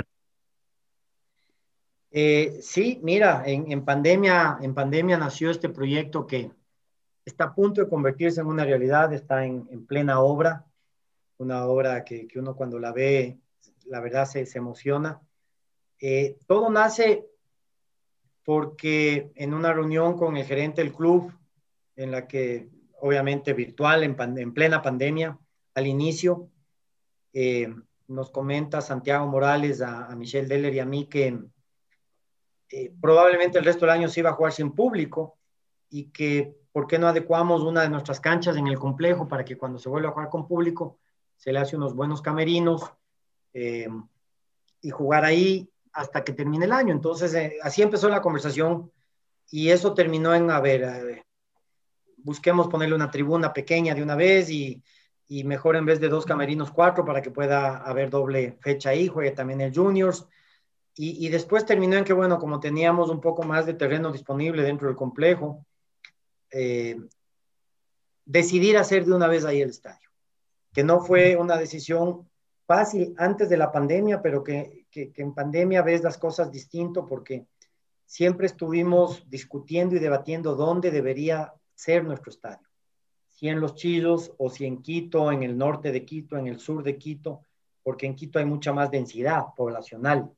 Eh, sí, mira, en, en, pandemia, en pandemia nació este proyecto que está a punto de convertirse en una realidad, está en, en plena obra, una obra que, que, uno cuando la ve, la verdad se, se emociona. Eh, todo nace porque en una reunión con el gerente del club, en la que obviamente virtual, en, pan, en plena pandemia, al inicio, eh, nos comenta Santiago Morales a, a Michelle Deller y a mí que eh, probablemente el resto del año se iba a jugar sin público y que por qué no adecuamos una de nuestras canchas en el complejo para que cuando se vuelva a jugar con público se le hace unos buenos camerinos eh, y jugar ahí hasta que termine el año. Entonces, eh, así empezó la conversación y eso terminó en, a ver, a ver, busquemos ponerle una tribuna pequeña de una vez y, y mejor en vez de dos camerinos, cuatro para que pueda haber doble fecha ahí, juegue también el Juniors. Y, y después terminó en que, bueno, como teníamos un poco más de terreno disponible dentro del complejo, eh, decidir hacer de una vez ahí el estadio, que no fue una decisión fácil antes de la pandemia, pero que, que, que en pandemia ves las cosas distinto porque siempre estuvimos discutiendo y debatiendo dónde debería ser nuestro estadio, si en Los Chillos o si en Quito, en el norte de Quito, en el sur de Quito, porque en Quito hay mucha más densidad poblacional.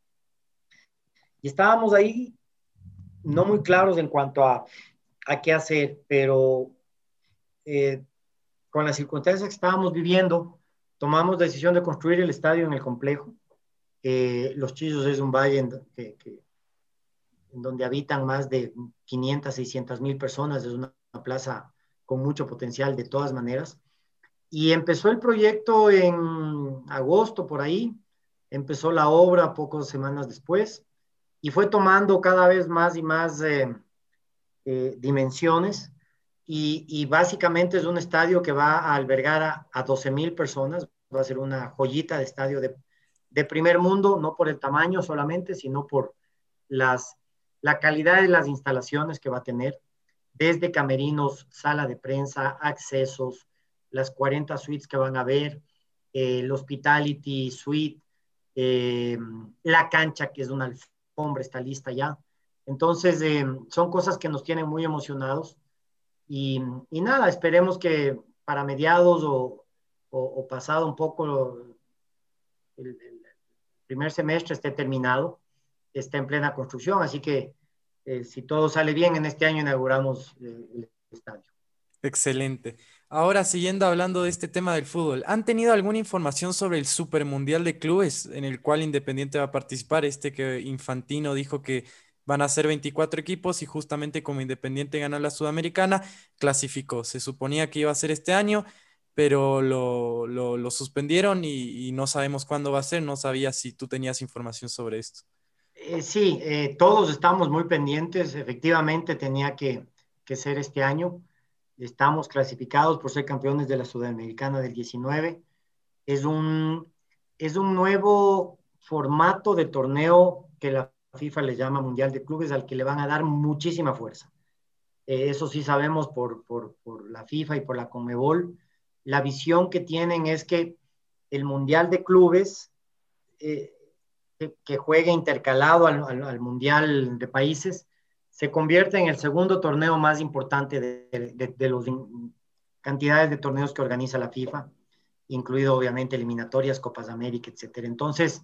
Y estábamos ahí no muy claros en cuanto a, a qué hacer, pero eh, con las circunstancias que estábamos viviendo, tomamos la decisión de construir el estadio en el complejo. Eh, Los Chillos es un valle en, que, que, en donde habitan más de quinientas, seiscientas mil personas, es una, una plaza con mucho potencial de todas maneras. Y empezó el proyecto en agosto, por ahí, empezó la obra pocas semanas después, y fue tomando cada vez más y más eh, eh, dimensiones, y, y básicamente es un estadio que va a albergar a, a doce mil personas, va a ser una joyita de estadio de, de primer mundo, no por el tamaño solamente, sino por las, la calidad de las instalaciones que va a tener, desde camerinos, sala de prensa, accesos, las cuarenta suites que van a ver, eh, el hospitality suite, eh, la cancha que es una alfombra, está lista ya. Entonces, eh, son cosas que nos tienen muy emocionados y, y nada, esperemos que para mediados o, o, o pasado un poco el, el, primer semestre esté terminado, esté en plena construcción, así que eh, si todo sale bien, en este año inauguramos eh, el estadio. Excelente. Ahora, siguiendo hablando de este tema del fútbol, ¿han tenido alguna información sobre el Super Mundial de Clubes en el cual Independiente va a participar? Este que Infantino dijo que van a ser veinticuatro equipos y justamente como Independiente ganó la Sudamericana, clasificó. Se suponía que iba a ser este año, pero lo, lo, lo suspendieron y, y no sabemos cuándo va a ser. No sabía si tú tenías información sobre esto. Eh, sí, eh, todos estamos muy pendientes. Efectivamente, tenía que, que ser este año. Estamos clasificados por ser campeones de la Sudamericana del diecinueve. Es un, es un nuevo formato de torneo que la FIFA le llama Mundial de Clubes, al que le van a dar muchísima fuerza. Eh, eso sí sabemos por, por, por la FIFA y por la Conmebol. La visión que tienen es que el Mundial de Clubes, eh, que, que juegue intercalado al, al, al Mundial de Países, se convierte en el segundo torneo más importante de, de, de las cantidades de torneos que organiza la FIFA, incluido obviamente eliminatorias, Copas de América, etcétera. Entonces,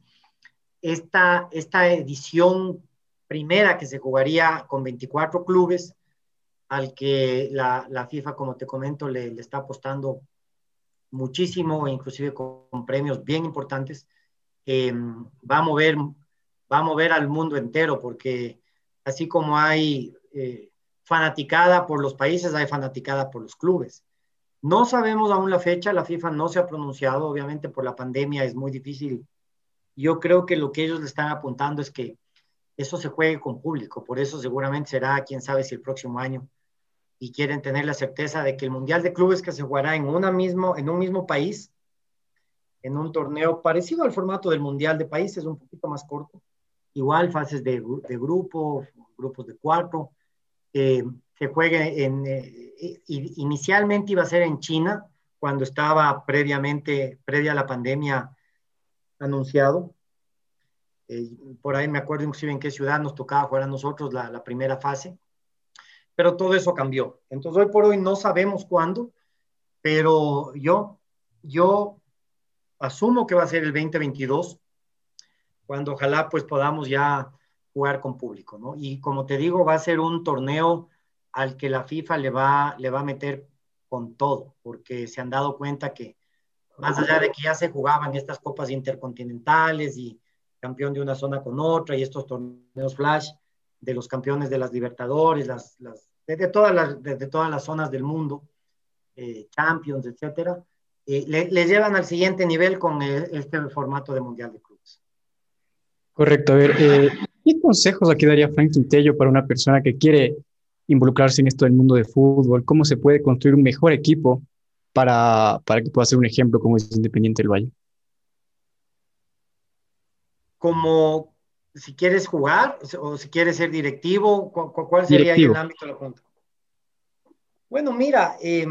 esta, esta edición primera que se jugaría con veinticuatro clubes, al que la, la FIFA, como te comento, le, le está apostando muchísimo, inclusive con, con premios bien importantes, eh, va a mover, va a mover al mundo entero, porque así como hay eh, fanaticada por los países, hay fanaticada por los clubes. No sabemos aún la fecha, la FIFA no se ha pronunciado, obviamente por la pandemia es muy difícil. Yo creo que lo que ellos le están apuntando es que eso se juegue con público, por eso seguramente será, quién sabe si el próximo año, y quieren tener la certeza de que el Mundial de Clubes que se jugará en, una mismo, en un mismo país, en un torneo parecido al formato del Mundial de Países, un poquito más corto, igual fases de, de grupo, grupos de cuatro, eh, se juegue en, eh, inicialmente iba a ser en China, cuando estaba previamente, previa a la pandemia anunciado. Eh, por ahí me acuerdo inclusive en qué ciudad nos tocaba jugar a nosotros la, la primera fase, pero todo eso cambió. Entonces hoy por hoy no sabemos cuándo, pero yo, yo asumo que va a ser el veinte veintidós, cuando ojalá pues podamos ya jugar con público, ¿no? Y como te digo, va a ser un torneo al que la FIFA le va, le va a meter con todo, porque se han dado cuenta que más allá de que ya se jugaban estas copas intercontinentales y campeón de una zona con otra y estos torneos flash de los campeones de las Libertadores, las, las, de, de, todas las, de, de todas las zonas del mundo, eh, Champions, etcétera, eh, le, le llevan al siguiente nivel con el, este formato de Mundial de Clubes. Correcto. A ver, eh, ¿qué consejos aquí daría Franklin Tello para una persona que quiere involucrarse en esto del mundo de fútbol? ¿Cómo se puede construir un mejor equipo para, para que pueda ser un ejemplo como es Independiente del Valle? Como si quieres jugar o si quieres ser directivo, ¿cu ¿cuál sería ahí Directivo. el ámbito de la pregunta? Bueno, mira, eh,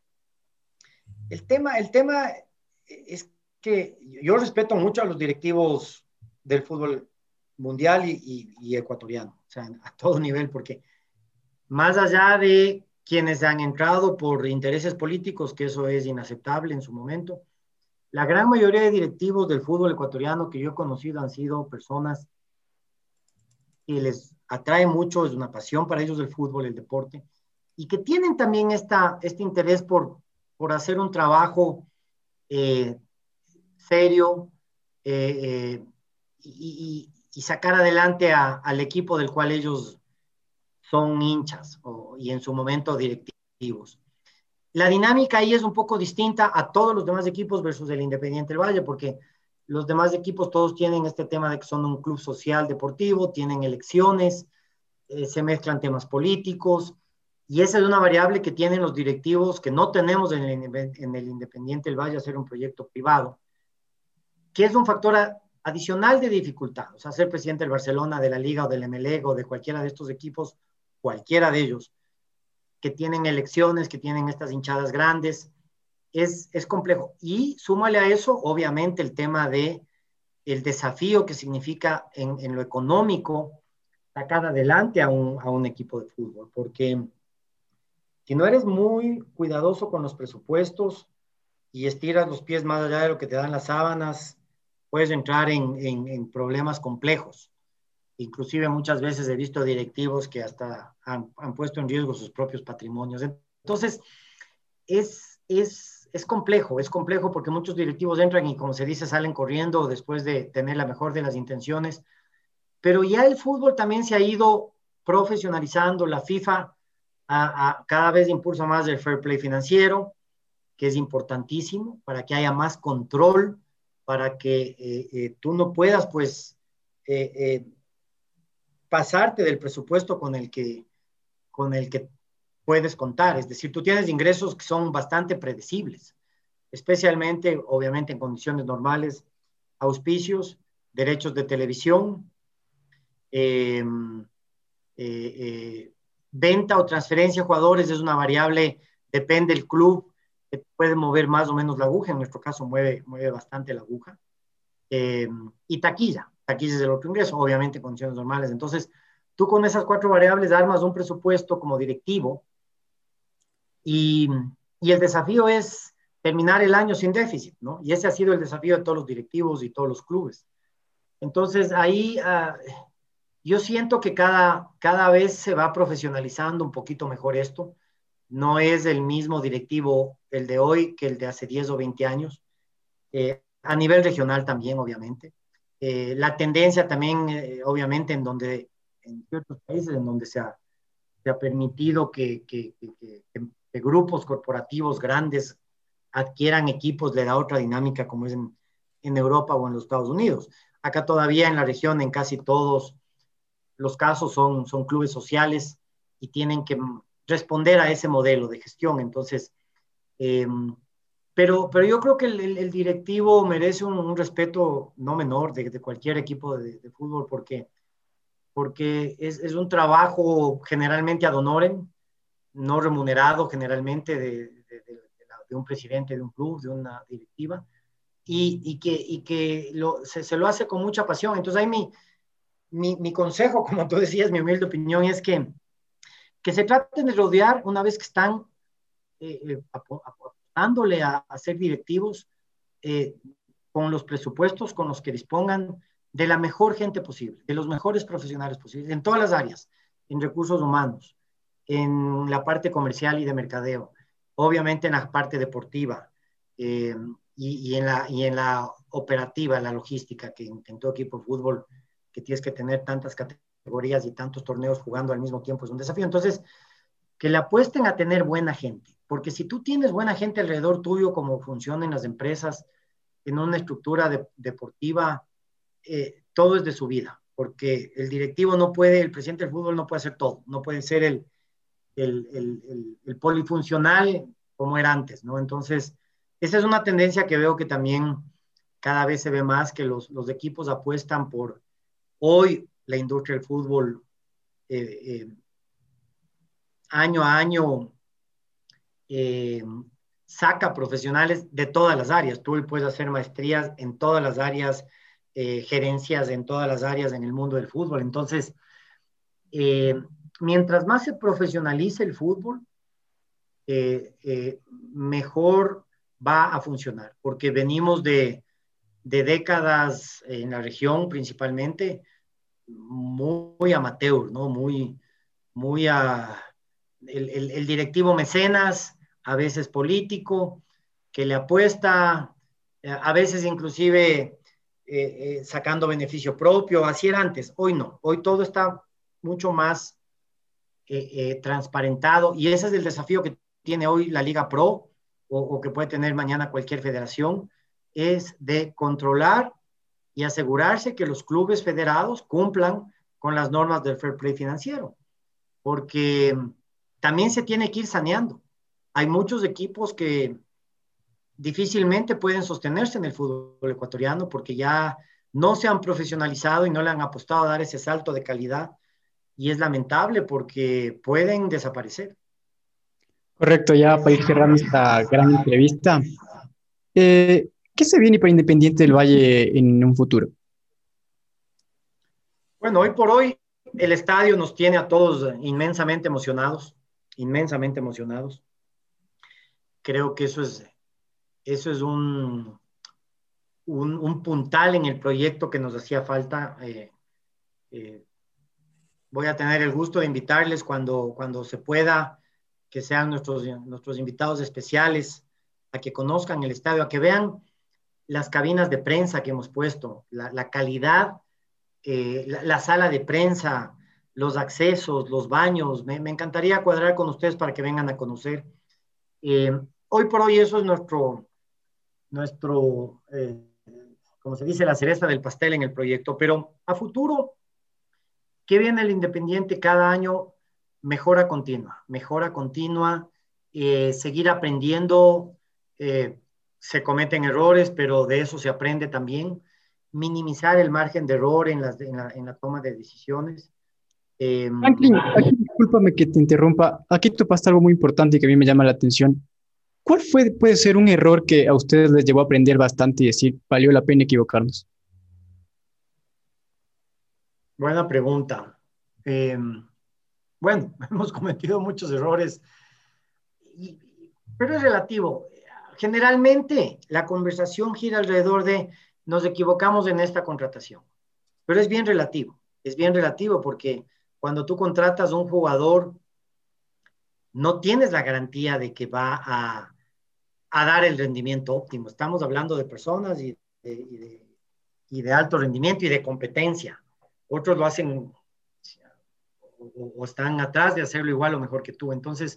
el, tema, el tema es que yo respeto mucho a los directivos del fútbol mundial y, y, y ecuatoriano, o sea, a todo nivel, porque más allá de quienes han entrado por intereses políticos, que eso es inaceptable en su momento, la gran mayoría de directivos del fútbol ecuatoriano que yo he conocido han sido personas que les atrae mucho, es una pasión para ellos el fútbol, el deporte, y que tienen también esta, este interés por, por hacer un trabajo eh, serio eh, eh, y, y, y sacar adelante a, al equipo del cual ellos son hinchas o, y en su momento directivos. La dinámica ahí es un poco distinta a todos los demás equipos versus el Independiente del Valle, porque los demás equipos todos tienen este tema de que son un club social deportivo, tienen elecciones, eh, se mezclan temas políticos, y esa es una variable que tienen los directivos que no tenemos en el, en el Independiente del Valle, hacer un proyecto privado, que es un factor a, adicional de dificultad. O sea, ser presidente del Barcelona, de la Liga o del Emelec o de cualquiera de estos equipos, cualquiera de ellos, que tienen elecciones, que tienen estas hinchadas grandes, es, es complejo. Y súmale a eso, obviamente, el tema de el desafío que significa en, en lo económico sacar adelante a un, a un equipo de fútbol, porque si no eres muy cuidadoso con los presupuestos y estiras los pies más allá de lo que te dan las sábanas, puedes entrar en, en, en problemas complejos. Inclusive muchas veces he visto directivos que hasta han, han puesto en riesgo sus propios patrimonios. Entonces, es, es, es complejo, es complejo porque muchos directivos entran y, como se dice, salen corriendo después de tener la mejor de las intenciones. Pero ya el fútbol también se ha ido profesionalizando, la FIFA a, a cada vez impulsa más el fair play financiero, que es importantísimo para que haya más control, para que eh, eh, tú no puedas, pues, eh, eh, pasarte del presupuesto con el que, con el que puedes contar. Es decir, tú tienes ingresos que son bastante predecibles, especialmente, obviamente, en condiciones normales. auspicios, derechos de televisión, eh, eh, eh, venta o transferencia de jugadores es una variable, depende del club, que puede mover más o menos la aguja, en nuestro caso mueve, mueve bastante la aguja, eh, y taquilla, taquilla es el otro ingreso, obviamente en condiciones normales. Entonces, tú con esas cuatro variables armas un presupuesto como directivo y, y el desafío es terminar el año sin déficit, ¿no? Y ese ha sido el desafío de todos los directivos y todos los clubes. Entonces, ahí uh, yo siento que cada, cada vez se va profesionalizando un poquito mejor esto. No es el mismo directivo el de hoy que el de hace diez o veinte años. Eh, a nivel regional también, obviamente. Eh, la tendencia también, eh, obviamente, en donde, en ciertos países en donde se ha, se ha permitido que, que, que, que, que grupos corporativos grandes adquieran equipos, le da otra dinámica como es en, en Europa o en los Estados Unidos. Acá todavía en la región, en casi todos los casos, son, son clubes sociales y tienen que responder a ese modelo de gestión. Entonces, eh, pero, pero yo creo que el, el, el directivo merece un, un respeto no menor de, de cualquier equipo de, de fútbol, porque, porque es, es un trabajo generalmente ad honorem, no remunerado generalmente de, de, de, de, la, de un presidente de un club, de una directiva, y, y que, y que lo, se, se lo hace con mucha pasión. Entonces ahí mi, mi, mi consejo, como tú decías, mi humilde opinión, es que, que se traten de rodear una vez que están eh, eh, apostándole a, a ser directivos, eh, con los presupuestos con los que dispongan, de la mejor gente posible, de los mejores profesionales posibles, en todas las áreas, en recursos humanos, en la parte comercial y de mercadeo, obviamente en la parte deportiva, eh, y, y, en la, y en la operativa, en la logística, que en, en todo equipo de fútbol, que tienes que tener tantas categorías y tantos torneos jugando al mismo tiempo, es un desafío. Entonces, que le apuesten a tener buena gente, porque si tú tienes buena gente alrededor tuyo, como funcionan las empresas, en una estructura de, deportiva, eh, todo es de su vida, porque el directivo no puede, el presidente del fútbol no puede hacer todo, no puede ser el, el, el, el, el polifuncional como era antes, ¿no? Entonces, esa es una tendencia que veo que también cada vez se ve más, que los, los equipos apuestan por, hoy la industria del fútbol, eh, eh, año a año, eh, saca profesionales de todas las áreas. Tú puedes hacer maestrías en todas las áreas, eh, gerencias en todas las áreas en el mundo del fútbol. Entonces, eh, mientras más se profesionalice el fútbol, eh, eh, mejor va a funcionar, porque venimos de, de décadas en la región principalmente muy, muy amateur, ¿no? Muy, muy a, el, el, el directivo mecenas, a veces político, que le apuesta, a veces inclusive eh, eh, sacando beneficio propio. Así era antes, hoy no, hoy todo está mucho más eh, eh, transparentado, y ese es el desafío que tiene hoy la Liga Pro, o, o que puede tener mañana cualquier federación, es de controlar y asegurarse que los clubes federados cumplan con las normas del fair play financiero, porque también se tiene que ir saneando. Hay muchos equipos que difícilmente pueden sostenerse en el fútbol ecuatoriano porque ya no se han profesionalizado y no le han apostado a dar ese salto de calidad, y es lamentable porque pueden desaparecer. Correcto, ya para ir cerrando esta gran entrevista, eh, ¿qué se viene para Independiente del Valle en un futuro? Bueno, hoy por hoy el estadio nos tiene a todos inmensamente emocionados, inmensamente emocionados. Creo que eso es, eso es un, un, un puntal en el proyecto que nos hacía falta. Eh, eh, voy a tener el gusto de invitarles cuando, cuando se pueda, que sean nuestros, nuestros invitados especiales, a que conozcan el estadio, a que vean las cabinas de prensa que hemos puesto, la, la calidad, eh, la, la sala de prensa, los accesos, los baños. Me, me encantaría cuadrar con ustedes para que vengan a conocer. Eh, hoy por hoy eso es nuestro, nuestro eh, como se dice, la cereza del pastel en el proyecto, pero a futuro, ¿qué viene el Independiente? Cada año mejora continua, mejora continua, eh, seguir aprendiendo, eh, se cometen errores, pero de eso se aprende también, minimizar el margen de error en, las, en, la, en la toma de decisiones. Eh, Franklin, aquí discúlpame que te interrumpa. Aquí topaste algo muy importante y que a mí me llama la atención. ¿Cuál fue, puede ser un error que a ustedes les llevó a aprender bastante y decir, valió la pena equivocarnos? Buena pregunta. Eh, bueno, hemos cometido muchos errores, y, pero es relativo. Generalmente la conversación gira alrededor de nos equivocamos en esta contratación, pero es bien relativo, es bien relativo porque cuando tú contratas a un jugador, no tienes la garantía de que va a, a dar el rendimiento óptimo. Estamos hablando de personas y de, y, de, y de alto rendimiento y de competencia. Otros lo hacen o, o están atrás de hacerlo igual o mejor que tú. Entonces,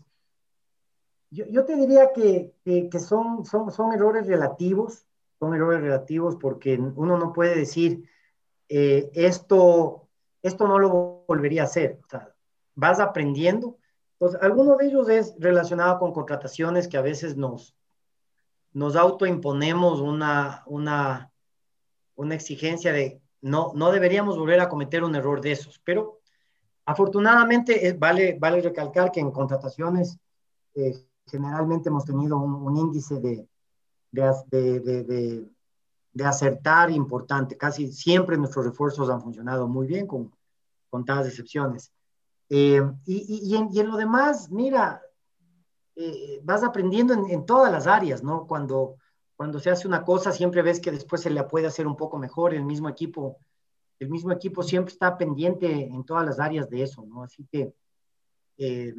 yo, yo te diría que, que, que son, son, son errores relativos, son errores relativos porque uno no puede decir eh, esto, esto no lo volvería a hacer. O sea, vas aprendiendo. Pues alguno de ellos es relacionado con contrataciones que a veces nos, nos autoimponemos una, una, una exigencia de no, no deberíamos volver a cometer un error de esos, pero afortunadamente es, vale, vale recalcar que en contrataciones eh, generalmente hemos tenido un, un índice de, de, de, de, de, de acertar importante. Casi siempre nuestros refuerzos han funcionado muy bien, con contadas excepciones. Eh, y, y, y, en, y en lo demás, mira, eh, vas aprendiendo en, en todas las áreas, ¿no? Cuando, cuando se hace una cosa, siempre ves que después se la puede hacer un poco mejor. El mismo equipo, el mismo equipo siempre está pendiente en todas las áreas de eso, ¿no? Así que eh,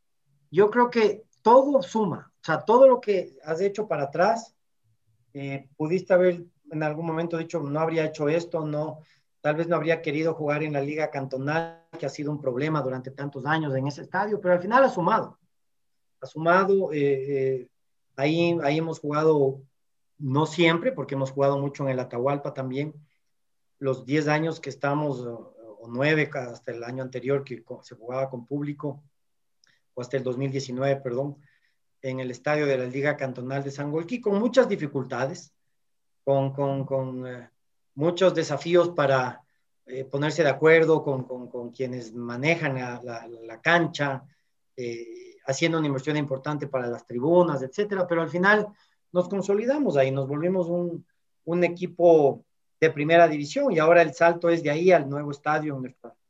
yo creo que todo suma, o sea, todo lo que has hecho para atrás, eh, pudiste haber en algún momento dicho, no habría hecho esto, no, tal vez no habría querido jugar en la Liga Cantonal, que ha sido un problema durante tantos años en ese estadio, pero al final ha sumado, ha sumado, eh, eh, ahí, ahí hemos jugado, no siempre, porque hemos jugado mucho en el Atahualpa también, los diez años que estamos, o, o nueve hasta el año anterior que se jugaba con público, o hasta el dos mil diecinueve, perdón, en el estadio de la Liga Cantonal de Sangolquí, con muchas dificultades, con, con, con eh, muchos desafíos para eh, ponerse de acuerdo con, con, con quienes manejan la, la, la cancha, eh, haciendo una inversión importante para las tribunas, etcétera, pero al final nos consolidamos ahí, nos volvimos un, un equipo de primera división y ahora el salto es de ahí al nuevo estadio,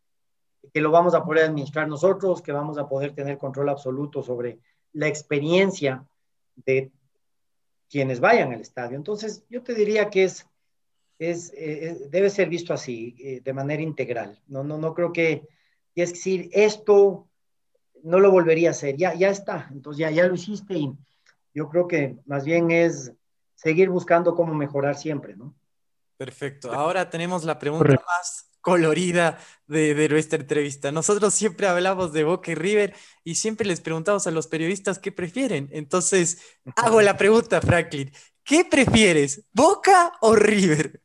que lo vamos a poder administrar nosotros, que vamos a poder tener control absoluto sobre la experiencia de quienes vayan al estadio. Entonces, yo te diría que es, es, eh, debe ser visto así, eh, de manera integral. No, no, no creo que, es decir, esto no lo volvería a hacer, ya, ya está, entonces ya, ya lo hiciste y yo creo que más bien es seguir buscando cómo mejorar siempre, ¿no? Perfecto. Ahora tenemos la pregunta Correcto. más colorida de, de nuestra entrevista. Nosotros siempre hablamos de Boca y River y siempre les preguntamos a los periodistas qué prefieren. Entonces, hago la pregunta, Franklin. ¿Qué prefieres, Boca o River?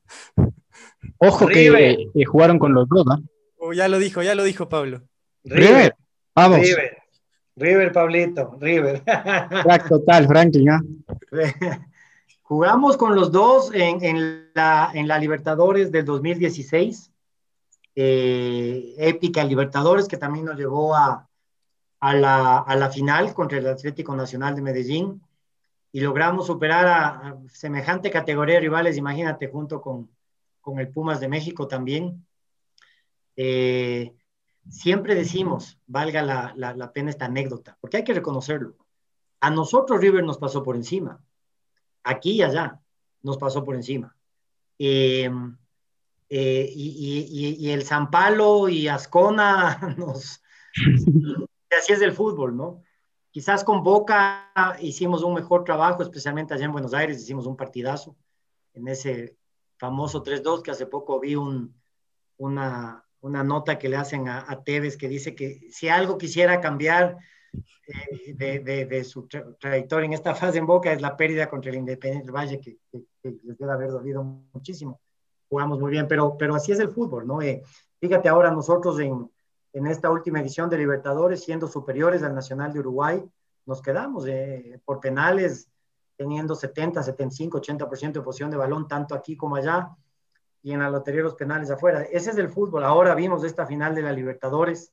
Ojo River. que eh, jugaron con los dos, ¿no? Oh, ya lo dijo, ya lo dijo Pablo. River. Vamos. River. River, Pablito. River. Crack total, Franklin, ¿ah? Jugamos con los dos en, en, la, en la Libertadores del dos mil dieciséis. Eh, épica Libertadores que también nos llevó a, a, la, a la final contra el Atlético Nacional de Medellín y logramos superar a, a semejante categoría de rivales, imagínate, junto con, con el Pumas de México también. Eh, siempre decimos, valga la, la, la pena esta anécdota, porque hay que reconocerlo. A nosotros River nos pasó por encima, aquí y allá nos pasó por encima. Eh, Eh, y, y, y el San Palo y Ascona nos, así es el fútbol, ¿no? Quizás con Boca hicimos un mejor trabajo, especialmente allá en Buenos Aires, hicimos un partidazo en ese famoso tres dos que hace poco vi un, una, una nota que le hacen a, a Tevez que dice que si algo quisiera cambiar eh, de, de, de su tra trayectoria en esta fase en Boca es la pérdida contra el Independiente del Valle, que, que, que les debe haber dolido muchísimo. Jugamos muy bien, pero, pero así es el fútbol, ¿no? Eh, fíjate ahora nosotros en, en esta última edición de Libertadores, siendo superiores al Nacional de Uruguay, nos quedamos eh, por penales, teniendo setenta, setenta y cinco, ochenta por ciento de posición de balón, tanto aquí como allá, y en la lotería los penales afuera. Ese es el fútbol. Ahora vimos esta final de la Libertadores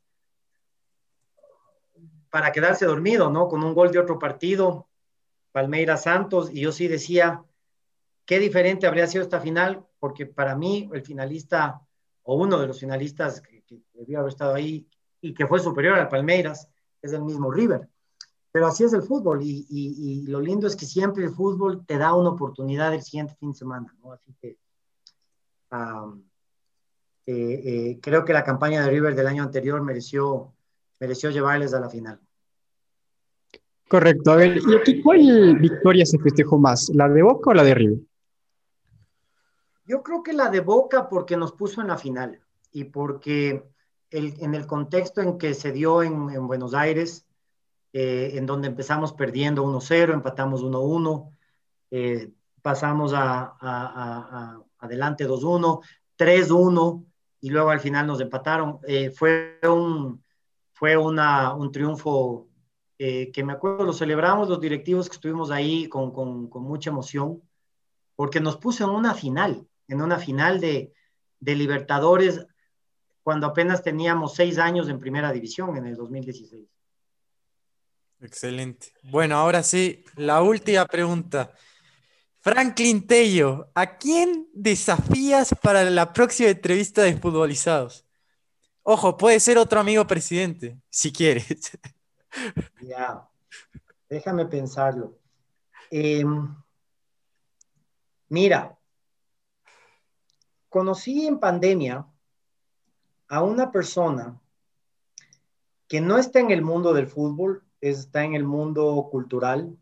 para quedarse dormido, ¿no? Con un gol de otro partido, Palmeiras Santos, y yo sí decía, qué diferente habría sido esta final, porque para mí el finalista, o uno de los finalistas que, que debió haber estado ahí y que fue superior al Palmeiras, es el mismo River. Pero así es el fútbol, y, y, y lo lindo es que siempre el fútbol te da una oportunidad el siguiente fin de semana, ¿no? Así que um, eh, eh, creo que la campaña de River del año anterior mereció, mereció llevarles a la final. Correcto. A ver, ¿y aquí cuál victoria se festejó más? ¿La de Boca o la de River? Yo creo que la de Boca porque nos puso en la final y porque el, en el contexto en que se dio en, en Buenos Aires, eh, en donde empezamos perdiendo uno cero, empatamos uno uno, eh, pasamos a, a, a, a adelante dos uno, tres uno, y luego al final nos empataron. Eh, fue un, fue una, un triunfo eh, que me acuerdo, lo celebramos los directivos que estuvimos ahí con, con, con mucha emoción, porque nos puso en una final, en una final de, de Libertadores, cuando apenas teníamos seis años en primera división, en el dos mil dieciséis. Excelente. Bueno, ahora sí, la última pregunta. Franklin Tello, ¿a quién desafías para la próxima entrevista de Futbolizados? Ojo, puede ser otro amigo presidente, si quieres. Ya, déjame pensarlo. Eh, mira, conocí en pandemia a una persona que no está en el mundo del fútbol, está en el mundo cultural,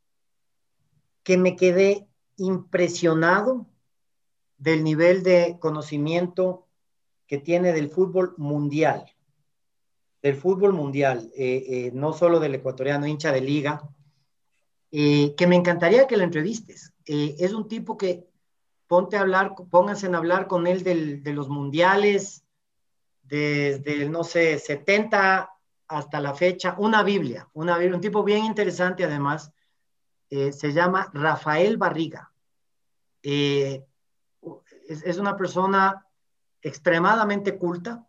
que me quedé impresionado del nivel de conocimiento que tiene del fútbol mundial, del fútbol mundial, eh, eh, no solo del ecuatoriano, hincha de liga, eh, que me encantaría que lo entrevistes. Eh, es un tipo que ponte a hablar, pónganse a hablar con él del, de los mundiales, desde, no sé, setenta hasta la fecha, una Biblia, una Biblia, un tipo bien interesante además, eh, se llama Rafael Barriga. Eh, es, es una persona extremadamente culta,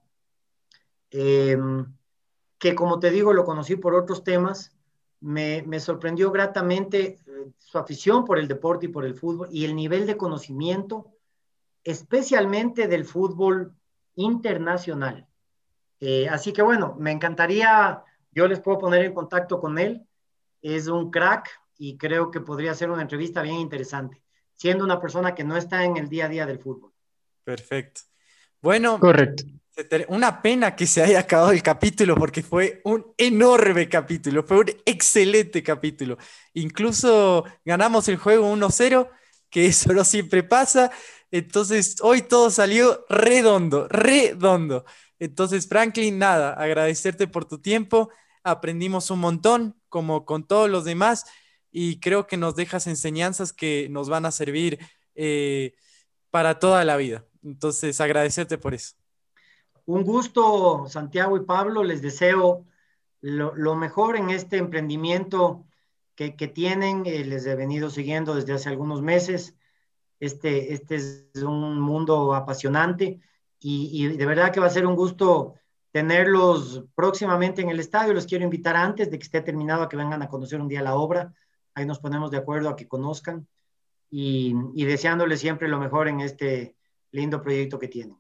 eh, que como te digo, lo conocí por otros temas, me, me sorprendió gratamente eh, su afición por el deporte y por el fútbol y el nivel de conocimiento, especialmente del fútbol internacional. Eh, así que bueno, me encantaría, yo les puedo poner en contacto con él, es un crack y creo que podría ser una entrevista bien interesante, siendo una persona que no está en el día a día del fútbol. Perfecto. Bueno, correcto. Una pena que se haya acabado el capítulo porque fue un enorme capítulo, fue un excelente capítulo. Incluso ganamos el juego uno cero, que eso no siempre pasa. Entonces hoy todo salió redondo, redondo. Entonces Franklin, nada, agradecerte por tu tiempo. Aprendimos un montón, como con todos los demás, y creo que nos dejas enseñanzas que nos van a servir eh, para toda la vida. Entonces agradecerte por eso. Un gusto, Santiago y Pablo, les deseo lo, lo mejor en este emprendimiento que, que tienen, eh, les he venido siguiendo desde hace algunos meses. Este, este es un mundo apasionante y, y de verdad que va a ser un gusto tenerlos próximamente en el estadio. Los quiero invitar antes de que esté terminado a que vengan a conocer un día la obra. Ahí nos ponemos de acuerdo a que conozcan y, y deseándoles siempre lo mejor en este lindo proyecto que tienen.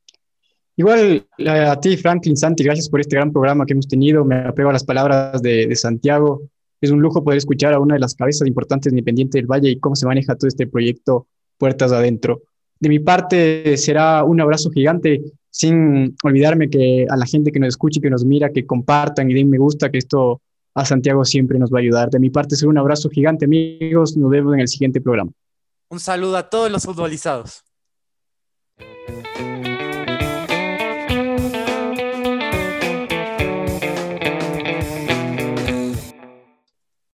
Igual a ti, Franklin, Santi, gracias por este gran programa que hemos tenido. Me apego a las palabras de, de Santiago. Es un lujo poder escuchar a una de las cabezas importantes de Independiente del Valle y cómo se maneja todo este proyecto puertas adentro. De mi parte será un abrazo gigante, sin olvidarme que a la gente que nos escuche y que nos mira, que compartan y den me gusta, que esto a Santiago siempre nos va a ayudar. De mi parte será un abrazo gigante, amigos. Nos vemos en el siguiente programa. Un saludo a todos los futbolizados.